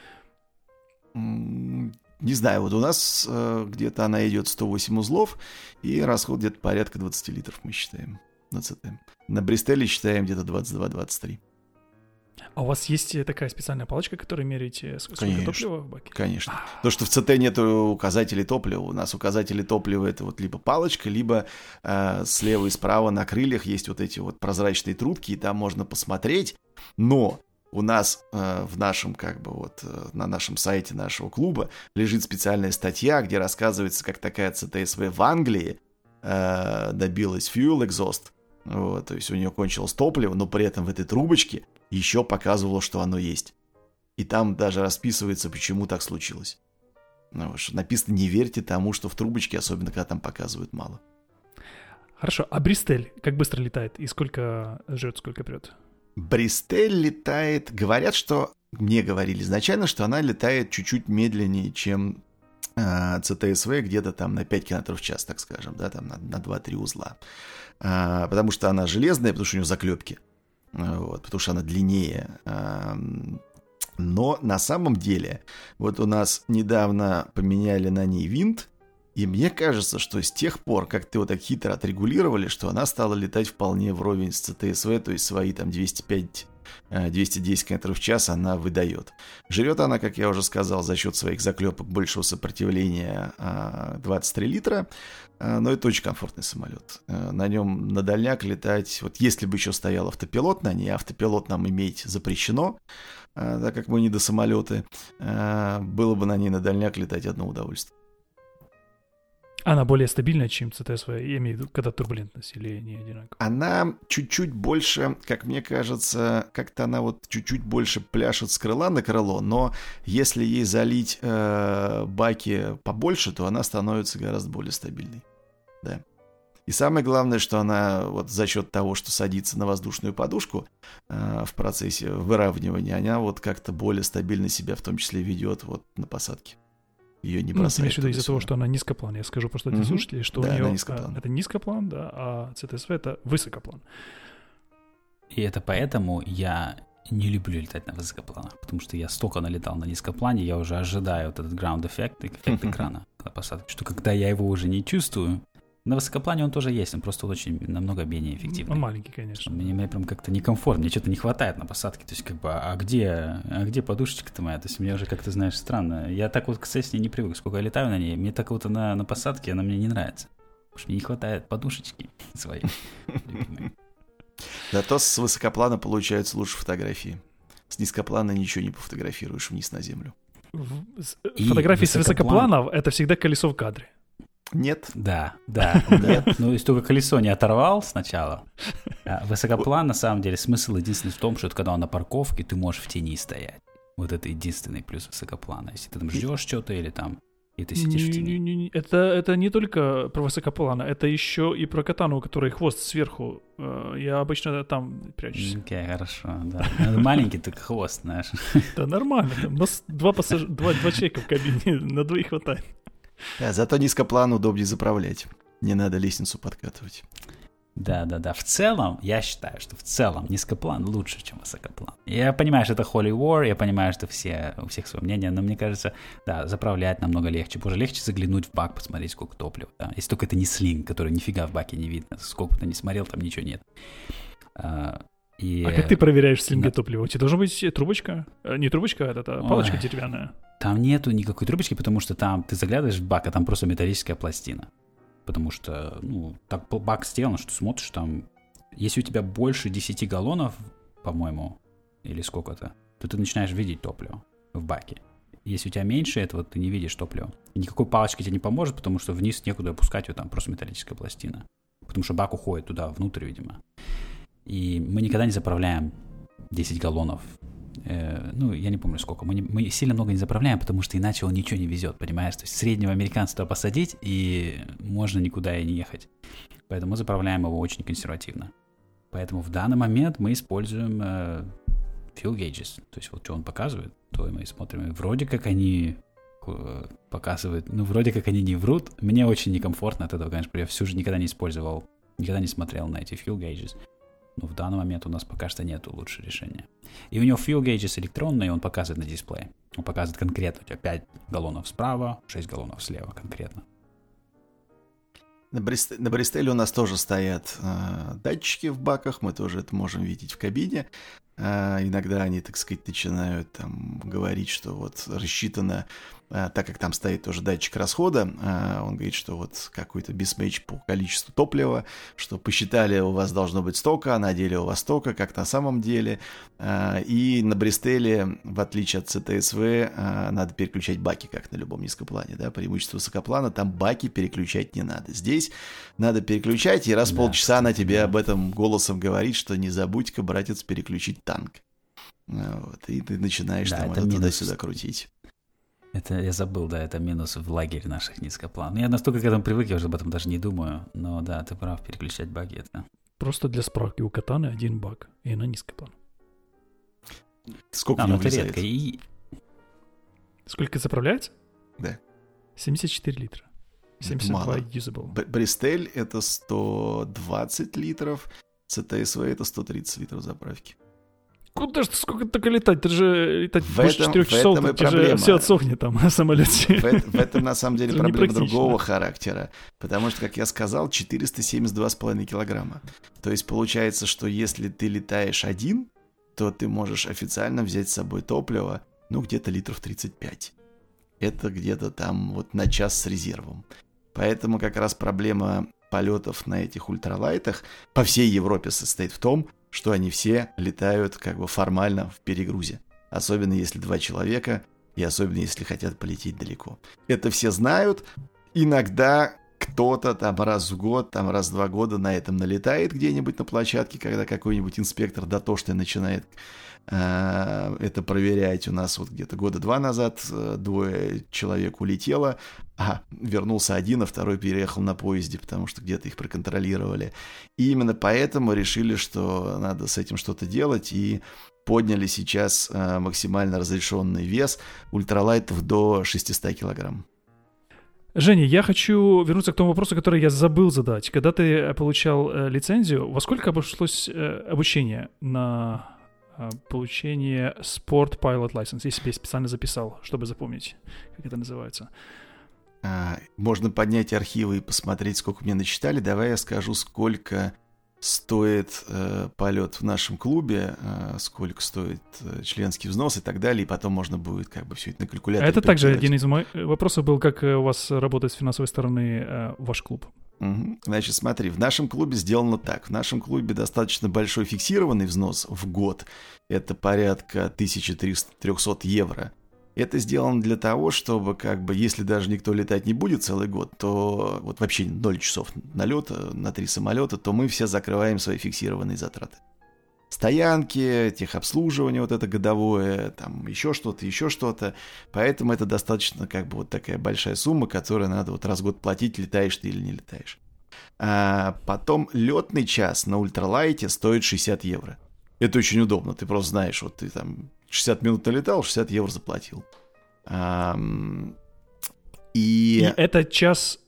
Не знаю, вот у нас э, где-то она идет сто восемь узлов, и расход где-то порядка двадцать литров мы считаем на си ти. На Бристеле считаем где-то двадцать два - двадцать три. А у вас есть такая специальная палочка, которой меряете, сколько Конечно, топлива в баке? Конечно. То, что в си ти нет указателей топлива. У нас указатели топлива — это вот либо палочка, либо э, слева и справа на крыльях есть вот эти вот прозрачные трубки, и там можно посмотреть, но... У нас э, в нашем, как бы вот, э, на нашем сайте нашего клуба лежит специальная статья, где рассказывается, как такая си ти эс ви в Англии э, добилась fuel exhaust. Вот, то есть у нее кончилось топливо, но при этом в этой трубочке еще показывало, что оно есть. И там даже расписывается, почему так случилось. Ну, что написано: не верьте тому, что в трубочке, особенно когда там показывают мало. Хорошо, а Бристель как быстро летает и сколько жрет, сколько прет? Бристель летает, говорят, что, мне говорили изначально, что она летает чуть-чуть медленнее, чем э, си ти эс ви, где-то там на пять километров в час, так скажем, да, там на, на два-три узла. Э, потому что она железная, потому что у нее заклепки, э, вот, потому что она длиннее. Э, но на самом деле, вот у нас недавно поменяли на ней винт, и мне кажется, что с тех пор, как ты вот так хитро отрегулировали, что она стала летать вполне вровень с си ти эс ви, то есть свои там двести пять - двести десять км в час она выдает. Жрет она, как я уже сказал, за счет своих заклепок большего сопротивления двадцать три литра, но это очень комфортный самолет. На нем на дальняк летать, вот если бы еще стоял автопилот на ней, автопилот нам иметь запрещено, так как мы не до самолеты, было бы на ней на дальняк летать одно удовольствие. Она более стабильная, чем си ти эс ви, я имею в виду, когда турбулентность, или не одинаково? Она чуть-чуть больше, как мне кажется, как-то она вот чуть-чуть больше пляшет с крыла на крыло, но если ей залить э, баки побольше, то она становится гораздо более стабильной. Да. И самое главное, что она вот за счет того, что садится на воздушную подушку э, в процессе выравнивания, она вот как-то более стабильно себя в том числе ведет вот на посадке. Ее не бросает. Ну, имеешь в виду из-за того, что она низкоплан. Я скажу просто для слушателей, что да, у нее низкоплан. Это низкоплан, да, а си ти эс ви это высокоплан. И это поэтому я не люблю летать на высокопланах, потому что я столько налетал на низкоплане, я уже ожидаю вот этот ground эффект, эффект экрана на посадке, что когда я его уже не чувствую, на высокоплане он тоже есть, он просто очень намного менее эффективный. Он маленький, конечно. Мне, мне прям как-то некомфортно, мне что-то не хватает на посадке. То есть, как бы, а где, а где подушечка-то моя? То есть, мне уже как-то, знаешь, странно. Я так вот к Cessna не привык, сколько я летаю на ней. Мне так вот на, на посадке она мне не нравится. Потому что мне не хватает подушечки своей. Зато с высокоплана получаются лучше фотографии. С низкоплана ничего не пофотографируешь вниз на землю. Фотографии с высокопланов — это всегда колесо в кадре. Нет. Да, да, да. Ну, если только колесо не оторвал сначала. А высокоплан, на самом деле, смысл единственный в том, что это когда он на парковке, ты можешь в тени стоять. Вот это единственный плюс высокоплана. Если ты там ждешь что-то или там, и ты сидишь в тени. Не-не-не, это, это не только про высокоплана, это еще и про катану, у которой хвост сверху. Я обычно там прячусь. Окей, okay, хорошо, да. Маленький только хвост, знаешь. Да нормально. У нас два, пассаж... два, два человека в кабине, на двоих хватает. Да, зато низкоплан удобнее заправлять. Не надо лестницу подкатывать. Да-да-да. В целом, я считаю, что в целом низкоплан лучше, чем высокоплан. Я понимаю, что это holy war, я понимаю, что все, у всех свое мнение, но мне кажется, да, заправлять намного легче. Боже, легче заглянуть в бак, посмотреть, сколько топлива. Да? Если только это не слинг, который нифига в баке не видно. Сколько ты не смотрел, там ничего нет. А, и... а как ты проверяешь в слинге да. топливо? У тебя должна быть трубочка? Не трубочка, а это палочка Ой, деревянная. Там нету никакой трубочки, потому что там ты заглядываешь в бак, а там просто металлическая пластина. Потому что, ну, так бак сделан, что смотришь там... Если у тебя больше десяти галлонов, по-моему, или сколько-то, то ты начинаешь видеть топливо в баке. Если у тебя меньше этого, ты не видишь топливо. И никакой палочки тебе не поможет, потому что вниз некуда опускать ее, там просто металлическая пластина. Потому что бак уходит туда, внутрь, видимо. И мы никогда не заправляем десять галлонов. Э, ну, я не помню сколько. Мы, не, мы сильно много не заправляем, потому что иначе он ничего не везет, понимаешь? То есть среднего американца туда посадить, и можно никуда и не ехать. Поэтому мы заправляем его очень консервативно. Поэтому в данный момент мы используем э, fuel gauges. То есть вот что он показывает, то мы смотрим. И вроде как они э, показывают, ну, вроде как они не врут. Мне очень некомфортно от этого, конечно. Я всю жизнь никогда не использовал, никогда не смотрел на эти fuel gauges. Но в данный момент у нас пока что нет лучшего решения. И у него fuel gauges электронный, он показывает на дисплее. Он показывает конкретно, у тебя пять галлонов справа, шесть галлонов слева конкретно. На, Брист... на Бристеле у нас тоже стоят э, датчики в баках, мы тоже это можем видеть в кабине. Э, иногда они, так сказать, начинают там говорить, что вот рассчитано, э, так как там стоит тоже датчик расхода, э, он говорит, что вот какой-то бисмэч по количеству топлива, что посчитали, у вас должно быть столько, а на деле у вас столько, как на самом деле. Э, и на Бристеле, в отличие от си ти эс ви, э, надо переключать баки, как на любом низкоплане, да, преимущество высокоплана, там баки переключать не надо. Здесь надо переключать, и раз в да, полчаса она тебе да. об этом голосом говорит, что не забудь-ка, братец, переключить танк. Вот, и ты начинаешь да, там это туда-сюда крутить. Это я забыл, да, это минус в лагере наших низкопланов. Я настолько к этому привык, я уже об этом даже не думаю. Но да, ты прав, переключать баги это. Просто для справки, у Катаны один баг, и она низкоплан. Сколько а, у него ну это редко. И... Сколько заправляется? Да. семьдесят четыре литра. семьдесят два usable. Бристель это сто двадцать литров, си ти эс ви это сто тридцать литров заправки. Куда же ты сколько только летать? Ты же летать в больше четырех часов, тебе же все отсохнет там на самолете. В, в этом на самом деле проблема другого характера, потому что, как я сказал, четыреста семьдесят два с половиной килограмма. То есть получается, что если ты летаешь один, то ты можешь официально взять с собой топливо, ну, где-то литров тридцать пять. Это где-то там вот на час с резервом. Поэтому как раз проблема полетов на этих ультралайтах по всей Европе состоит в том, что они все летают как бы формально в перегрузе. Особенно если два человека, и особенно если хотят полететь далеко. Это все знают. Иногда кто-то там раз в год, там раз в два года на этом налетает где-нибудь на площадке, когда какой-нибудь инспектор дотошный начинает э, это проверять. У нас вот где-то года два назад э, двое человек улетело, а вернулся один, а второй переехал на поезде, потому что где-то их проконтролировали. И именно поэтому решили, что надо с этим что-то делать, и подняли сейчас э, максимально разрешенный вес ультралайтов до шестьсот килограмм. Женя, я хочу вернуться к тому вопросу, который я забыл задать. Когда ты получал э, лицензию, во сколько обошлось э, обучение на э, получение Sport Pilot License? Я себе специально записал, чтобы запомнить, как это называется. А, можно поднять архивы и посмотреть, сколько мне насчитали. Давай я скажу, сколько стоит э, полет в нашем клубе, э, сколько стоит э, членский взнос и так далее, и потом можно будет как бы все это на калькуляторе. А это также один из моих вопросов был, как у вас работает с финансовой стороны э, ваш клуб. Угу. Значит, смотри, в нашем клубе сделано так. В нашем клубе достаточно большой фиксированный взнос в год. Это порядка тысяча триста евро. Это сделано для того, чтобы, как бы, если даже никто летать не будет целый год, то вот вообще ноль часов налета на три самолета, то мы все закрываем свои фиксированные затраты. Стоянки, техобслуживание вот это годовое, там еще что-то, еще что-то. Поэтому это достаточно, как бы, вот такая большая сумма, которую надо вот раз в год платить, летаешь ты или не летаешь. А потом летный час на ультралайте стоит шестьдесят евро. Это очень удобно, ты просто знаешь, вот ты там шестьдесят минут налетал, шестьдесят евро заплатил. А, и... и это час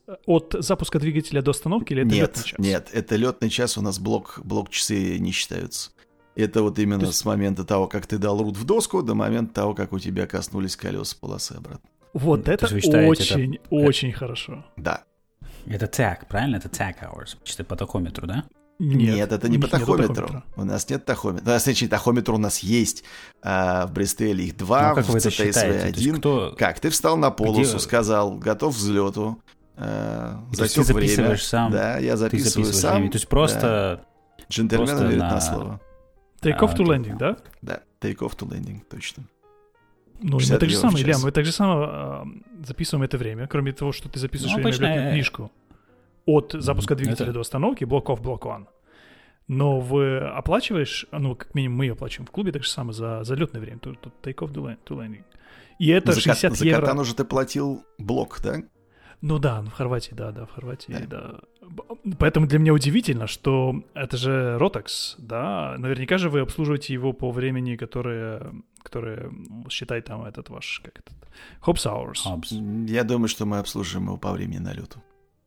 от запуска двигателя до остановки или это нет, летный час? Нет, это летный час, у нас блок, блок-часы не считаются. Это вот именно есть... с момента того, как ты дал рут в доску, до момента того, как у тебя коснулись колеса полосы обратно. Вот это очень, это... очень хорошо. Да. Это tach, правильно? Это tach hours, чисто по тахометру, да? Нет, нет, это не по тахометру. У нас нет тахометра. У нас, значит, тахометр у нас есть а, в Бристеле, их два, ну, как в си ти эс ви один. Кто... Как? Ты встал на полосу, Где... сказал, готов к взлету, а, засек ты время. записываешь сам. Да, я записываю сам. Время. То есть просто... Да. Джентльмен верит на... на слово. Take off to landing, да? Да, take off to landing, точно. Ну, мы так же самое, Илья, мы так же самое э, записываем это время, кроме того, что ты записываешь ну, время в книжку. От запуска двигателя это... до остановки, block off, block on. Но вы оплачиваешь, ну, как минимум мы оплачиваем в клубе, так же самое за, за летное время, тут, тут take off to landing. И это за шестьдесят за евро. За Катан уже ты платил блок, да? Ну да, в Хорватии, да, да, в Хорватии, да. да. Поэтому для меня удивительно, что это же Rotax, да, наверняка же вы обслуживаете его по времени, которое, которое считай там этот ваш, как этот, Hobbs Hours. Hobbs. Я думаю, что мы обслуживаем его по времени налету.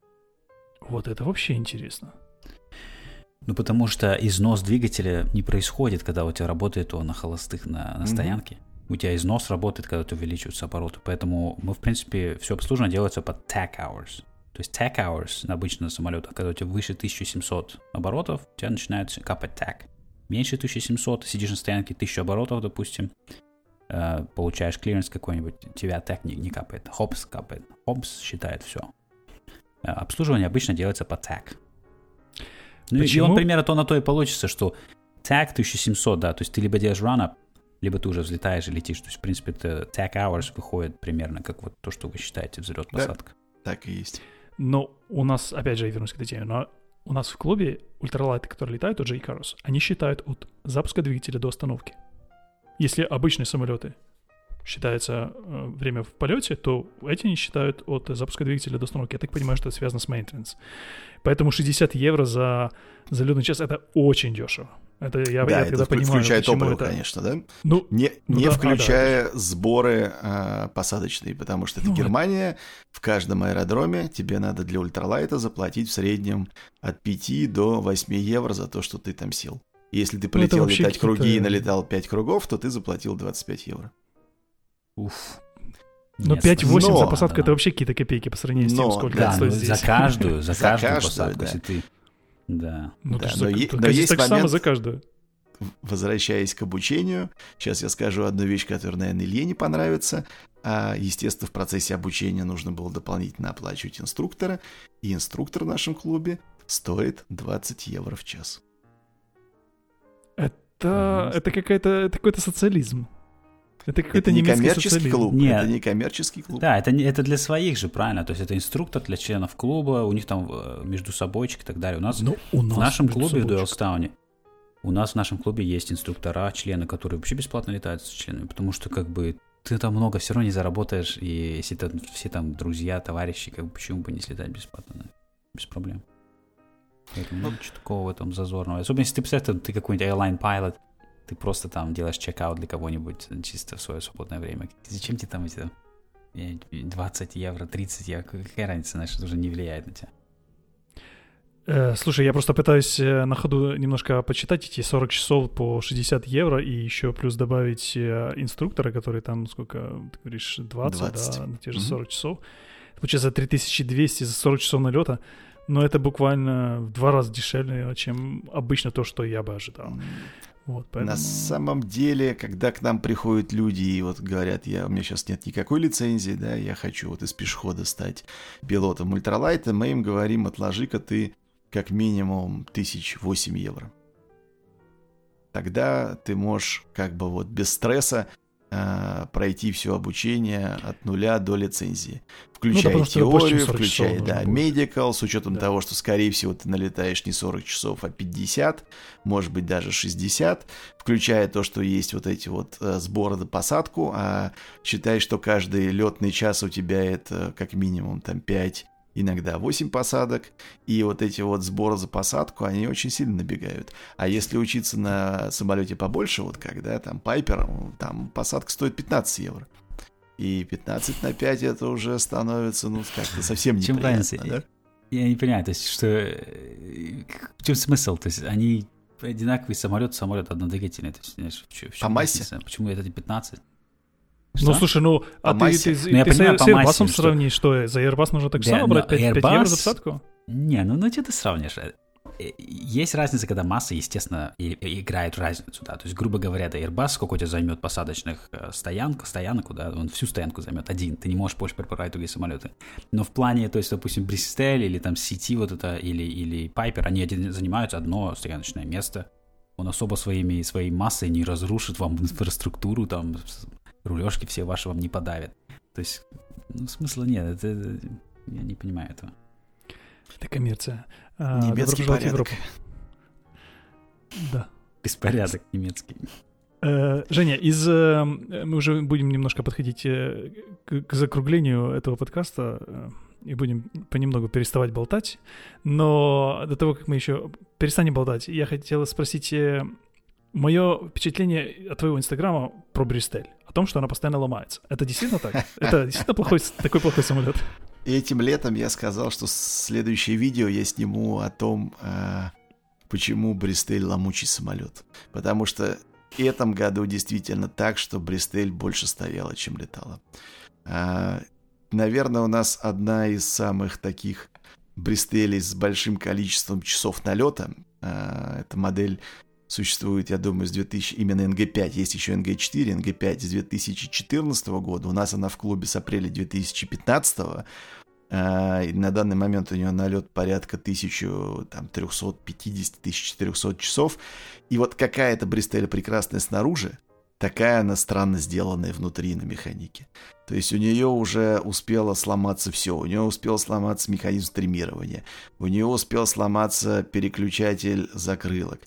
Вот это вообще интересно. Ну, потому что износ двигателя не происходит, когда у тебя работает он на холостых, на, на mm-hmm. стоянке. У тебя износ работает, когда у тебя увеличиваются обороты. Поэтому мы, в принципе, все обслуживание делается под tach hours. То есть tach hours обычно на самолетах, когда у тебя выше тысяча семьсот оборотов, у тебя начинает капать tach. Меньше тысяча семьсот, сидишь на стоянке тысяча оборотов, допустим, э, получаешь клиренс какой-нибудь, у тебя tach не, не капает, Hobbs капает. Hobbs считает все. Э, обслуживание обычно делается по tach. Ну и он примерно то на то и получится, что tach тысяча семьсот, да, то есть ты либо делаешь run-up, либо ты уже взлетаешь и летишь. То есть, в принципе, это tach hours выходит примерно как вот то, что вы считаете взлет-посадка. Да, так и есть. Но у нас, опять же, я вернусь к этой теме, но у нас в клубе ультралайты, которые летают, тот же Икарус, они считают от запуска двигателя до остановки. Если обычные самолеты считается э, время в полете, то эти не считают от запуска двигателя до остановки. Я так понимаю, что это связано с maintenance. Поэтому шестьдесят евро за, за летный час — это очень дешево. Это я, да, я это в, понимаю, включая топливо, это... конечно, да? Ну, не ну, не да, включая а, да, сборы а, посадочные, потому что это ну, Германия, это... в каждом аэродроме тебе надо для ультралайта заплатить в среднем от пяти до восьми евро за то, что ты там сел. Если ты полетел ну, летать круги и налетал пять кругов, то ты заплатил двадцать пять евро. Уф. Но пять-восемь за посадку да, — это вообще какие-то копейки по сравнению с тем, сколько да, это стоит ну, здесь. За каждую, за каждую каждую, посадку, да. если ты... Да. Ну, да, но, за, е- но есть так момент, само за каждую. Возвращаясь к обучению, сейчас я скажу одну вещь, которая, наверное, Илье не понравится. А, естественно, в процессе обучения нужно было дополнительно оплачивать инструктора, и инструктор в нашем клубе стоит двадцать евро в час. Это, это, какая-то, это какой-то социализм. Это какой-то это не коммерческий социализм. клуб. Нет. Это не коммерческий клуб. Да, это, это для своих же, правильно. То есть это инструктор для членов клуба, у них там между собойчик и так далее. У нас, ну, у нас в нашем клубе в Дуэлстауне у нас в нашем клубе есть инструктора, члены, которые вообще бесплатно летают с членами, потому что как бы ты там много все равно не заработаешь, и если там все там друзья, товарищи, как бы почему бы не слетать бесплатно, без проблем. Поэтому ну, ничего такого в этом зазорного. Особенно если ты представляешь, ты какой-нибудь airline pilot, ты просто там делаешь чек-аут для кого-нибудь чисто в свое свободное время. Зачем тебе там эти двадцать евро, тридцать евро? Какая разница, знаешь, это уже не влияет на тебя. Э, слушай, я просто пытаюсь э, на ходу немножко почитать эти сорок часов по шестьдесят евро и еще плюс добавить э, инструктора, который там, сколько, ты говоришь, двадцать, двадцать. Да, на те же сорок mm-hmm. часов. Это получается три тысячи двести за сорок часов налета. Но это буквально в два раза дешевле, чем обычно то, что я бы ожидал. Вот, поэтому... На самом деле, когда к нам приходят люди и вот говорят, я, у меня сейчас нет никакой лицензии, да, я хочу вот из пешехода стать пилотом ультралайта, мы им говорим, отложи-ка ты как минимум тысяч восемь евро. Тогда ты можешь как бы вот без стресса э, пройти все обучение от нуля до лицензии. Включая ну, да, теорию, включая, да, медикал, с учетом да. того, что, скорее всего, ты налетаешь не сорок часов, а пятьдесят, может быть, даже шестьдесят, включая то, что есть вот эти вот э, сборы на посадку, а считай, что каждый летный час у тебя это как минимум там пять, иногда восемь посадок, и вот эти вот сборы за посадку, они очень сильно набегают. А если учиться на самолете побольше, вот когда там Пайпер, там посадка стоит пятнадцать евро. И пятнадцать на пять это уже становится, ну, как-то совсем Чем неприятно, разница? да? Я не понимаю, то есть, что... В чем смысл? То есть, они одинаковый самолет, самолет однодвигательный. То есть, знаешь, в чем, в чем По массе? разница? Почему это пятнадцать? Ну, слушай, ну, а ты, массе? ты, Ну, я ты понимаю, с по массе, Airbus что- сравни, что за Airbus нужно так же Да, само но брать пять Airbus- евро за посадку? Не, ну, ну что ты сравнишь? Э, Есть разница, когда масса, естественно, и- и играет разницу, да. То есть, грубо говоря, да, Airbus, сколько у тебя займет посадочных э, стоянок, стоянок, да, он всю стоянку займет один, ты не можешь больше препарировать другие самолеты. Но в плане, то есть, допустим, Бристель или там Сити вот это, или, или Пайпер, они один, занимают одно стояночное место, он особо своими, своей массой не разрушит вам инфраструктуру, там, рулежки все ваши вам не подавят. То есть, ну, смысла нет, это, это- я не понимаю этого. Это коммерция. А, Немецкий добро пожаловать в порядок. Европу. Да. Беспорядок немецкий. Э, Женя, из э, мы уже будем немножко подходить э, к, к закруглению этого подкаста э, и будем понемногу переставать болтать. Но до того, как мы еще перестанем болтать, я хотел спросить э, мое впечатление от твоего инстаграма про Бристель, о том, что она постоянно ломается. Это действительно так? Это действительно плохой, такой плохой самолет? И этим летом я сказал, что следующее видео я сниму о том, э, почему Бристель ломучий самолет. Потому что в этом году действительно так, что Бристель больше стояла, чем летала. Э, наверное, у нас одна из самых таких Бристелей с большим количеством часов налета. Э, эта модель существует, я думаю, с две тысячи... Именно эн гэ пять, есть еще эн гэ четыре, эн гэ пять с две тысячи четырнадцатого года. У нас она в клубе с апреля две тысячи пятнадцатого. И на данный момент у нее налет порядка тысяча триста пятьдесят - тысяча четыреста часов. И вот какая-то Бристель прекрасная снаружи, такая она странно сделанная внутри на механике. То есть у нее уже успело сломаться все. У нее успел сломаться механизм триммирования. У нее успел сломаться переключатель закрылок,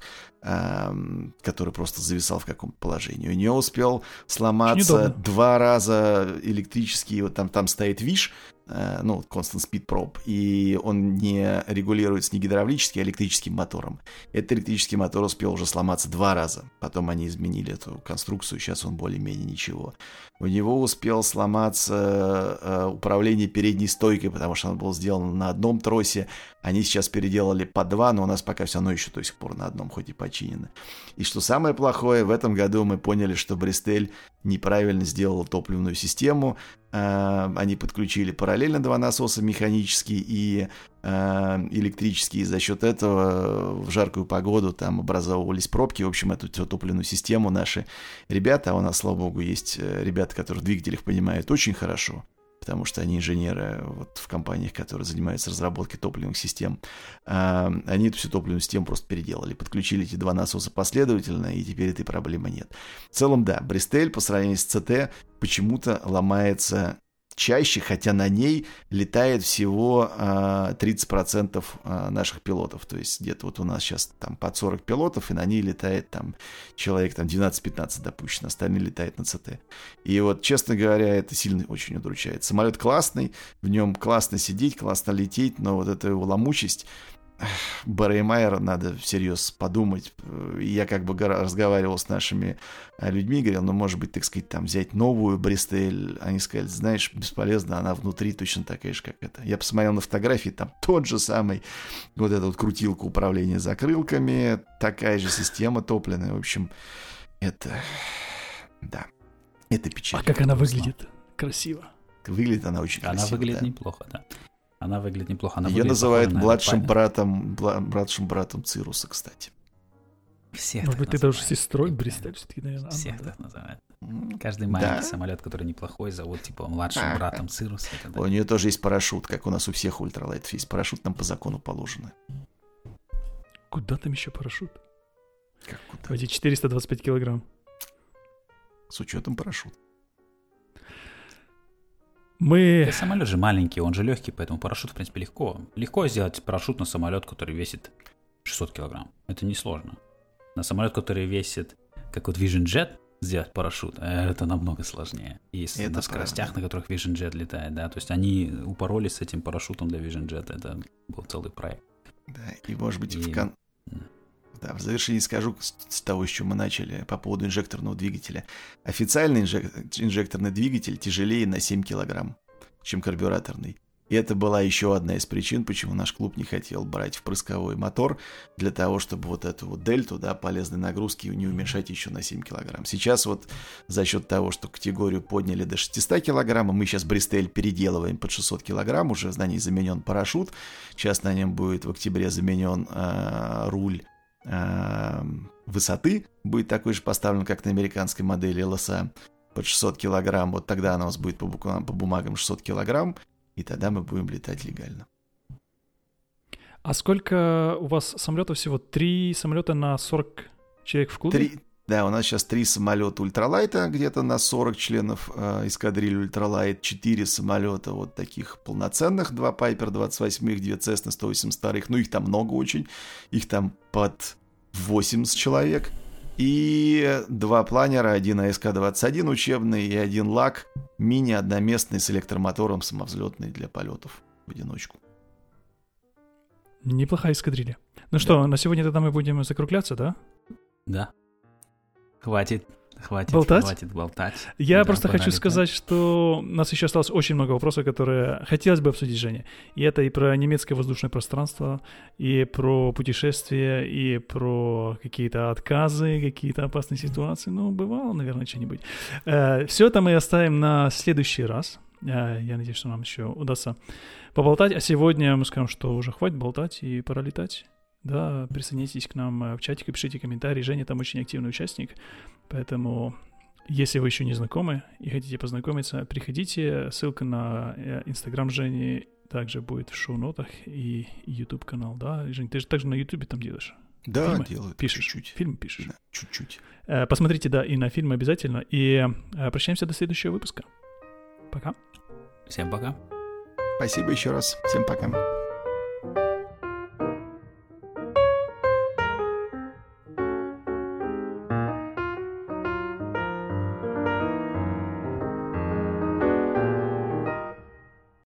эм, который просто зависал в каком-то положении. У нее успел сломаться два раза электрический, вот там, там стоит виш, э, ну, Constant Speed Probe, и он не регулируется не гидравлическим, а электрическим мотором. Этот электрический мотор успел уже сломаться два раза. Потом они изменили эту конструкцию, сейчас он более-менее ничего. У него успел сломаться э, управление передней стойкой, потому что он был сделан на одном тросе. Они сейчас переделали по два, но у нас пока все равно еще до сих пор на одном, хоть и починено. И что самое плохое, в этом году мы поняли, что Бристель неправильно сделала топливную систему. Э, они подключили параллельно два насоса, механический и э, электрический. И за счет этого в жаркую погоду там образовывались пробки. В общем, эту всю топливную систему наши ребята, а у нас, слава богу, есть ребята, которые в двигателях понимают очень хорошо, потому что они инженеры вот, в компаниях, которые занимаются разработкой топливных систем, э, они эту всю топливную систему просто переделали, подключили эти два насоса последовательно, и теперь этой проблемы нет. В целом, да, Бристель по сравнению с си ти почему-то ломается чаще, хотя на ней летает всего э, тридцать процентов э, наших пилотов. То есть где-то вот у нас сейчас там под сорок пилотов, и на ней летает там человек там двенадцать-пятнадцать допущено, остальные летают на си ти. И вот, честно говоря, это сильно очень удручает. Самолет классный, в нем классно сидеть, классно лететь, но вот эта его ломучесть, Барреймайер, надо всерьез подумать. Я как бы разговаривал с нашими людьми, говорил, ну, может быть, так сказать, там взять новую Бристель. Они сказали, знаешь, бесполезно, она внутри точно такая же, как это. Я посмотрел на фотографии, там тот же самый, вот эта вот крутилка управления закрылками, такая же система топливная. В общем, это, да, это печально. А как она выглядит? Красиво. Выглядит она очень она красиво. Она выглядит да. неплохо, да. Она выглядит неплохо. Она Ее выглядит называют похоже, младшим на братом, бла, младшим братом Цируса, кстати. Всех Может быть, ты называют. даже сестрой Бристель все-таки, наверное. Всех она, так да? называют. Каждый маленький Да? самолет, который неплохой, зовут типа младшим братом Цируса. Это, да. У нее тоже есть парашют, как у нас у всех ультралайтов есть парашют, нам по закону положено. Куда там еще парашют? Как куда? Эти четыреста двадцать пять килограмм. С учетом парашюта. Мы... Да, самолет же маленький, он же легкий, поэтому парашют, в принципе, легко. Легко сделать парашют на самолет, который весит шестьсот килограмм. Это несложно. На самолет, который весит, как вот Vision Jet, сделать парашют, это намного сложнее. И Это на скоростях, правда. на которых Vision Jet летает, да, то есть они упоролись с этим парашютом для Vision Jet, это был целый проект. Да, и может быть И- в, кон- Да, в завершении скажу с того, с чего мы начали, по поводу инжекторного двигателя. Официальный инжек... инжекторный двигатель тяжелее на семь килограмм, чем карбюраторный. И это была еще одна из причин, почему наш клуб не хотел брать впрысковой мотор, для того, чтобы вот эту вот дельту, да, полезной нагрузки не уменьшать еще на семь килограмм. Сейчас вот за счет того, что категорию подняли до шестьсот килограмм, мы сейчас Бристель переделываем под шестьсот килограмм, уже на ней заменен парашют, сейчас на нем будет в октябре заменен э, руль э, высоты, будет такой же поставлен, как на американской модели эл эс а, под шестьсот килограмм, вот тогда она у нас будет по, буквам, по бумагам шестьсот килограмм, и тогда мы будем летать легально. А сколько у вас самолетов всего? Три самолета на сорок человек в клубе? Три, да, у нас сейчас три самолета ультралайта, где-то на сорок членов э, эскадрильи ультралайт, четыре самолета вот таких полноценных, два Пайпер двадцать восемь, две Cessna сто восемьдесят два, ну их там много очень, их там под восемьдесят человек. И два планера, один эй эс ка двадцать один учебный и один лак мини одноместный с электромотором самовзлетный для полетов в одиночку. Неплохая эскадрилья. Ну да. Что, на сегодня тогда мы будем закругляться, да? Да. Хватит. Хватит болтать. Хватит болтать. Я да, просто хочу так. сказать, что у нас еще осталось очень много вопросов, которые хотелось бы обсудить, Женя. И это и про немецкое воздушное пространство, и про путешествия, и про какие-то отказы, какие-то опасные ситуации. Ну, бывало, наверное, что-нибудь. Все это мы оставим на следующий раз. Я надеюсь, что нам еще удастся поболтать. А сегодня мы скажем, что уже хватит болтать и пора летать. Да, присоединяйтесь к нам в чатик и пишите комментарии. Женя там очень активный участник. Поэтому, если вы еще не знакомы и хотите познакомиться, приходите. Ссылка на Инстаграм Жени также будет в шоу-нотах и YouTube-канал, да? Жень, ты же также на YouTube там делаешь? Да, фильмы делаю. Пишешь? Чуть-чуть. Фильм пишешь? Да, чуть-чуть. Посмотрите, да, и на фильмы обязательно. И прощаемся до следующего выпуска. Пока. Всем пока. Спасибо еще раз. Всем пока.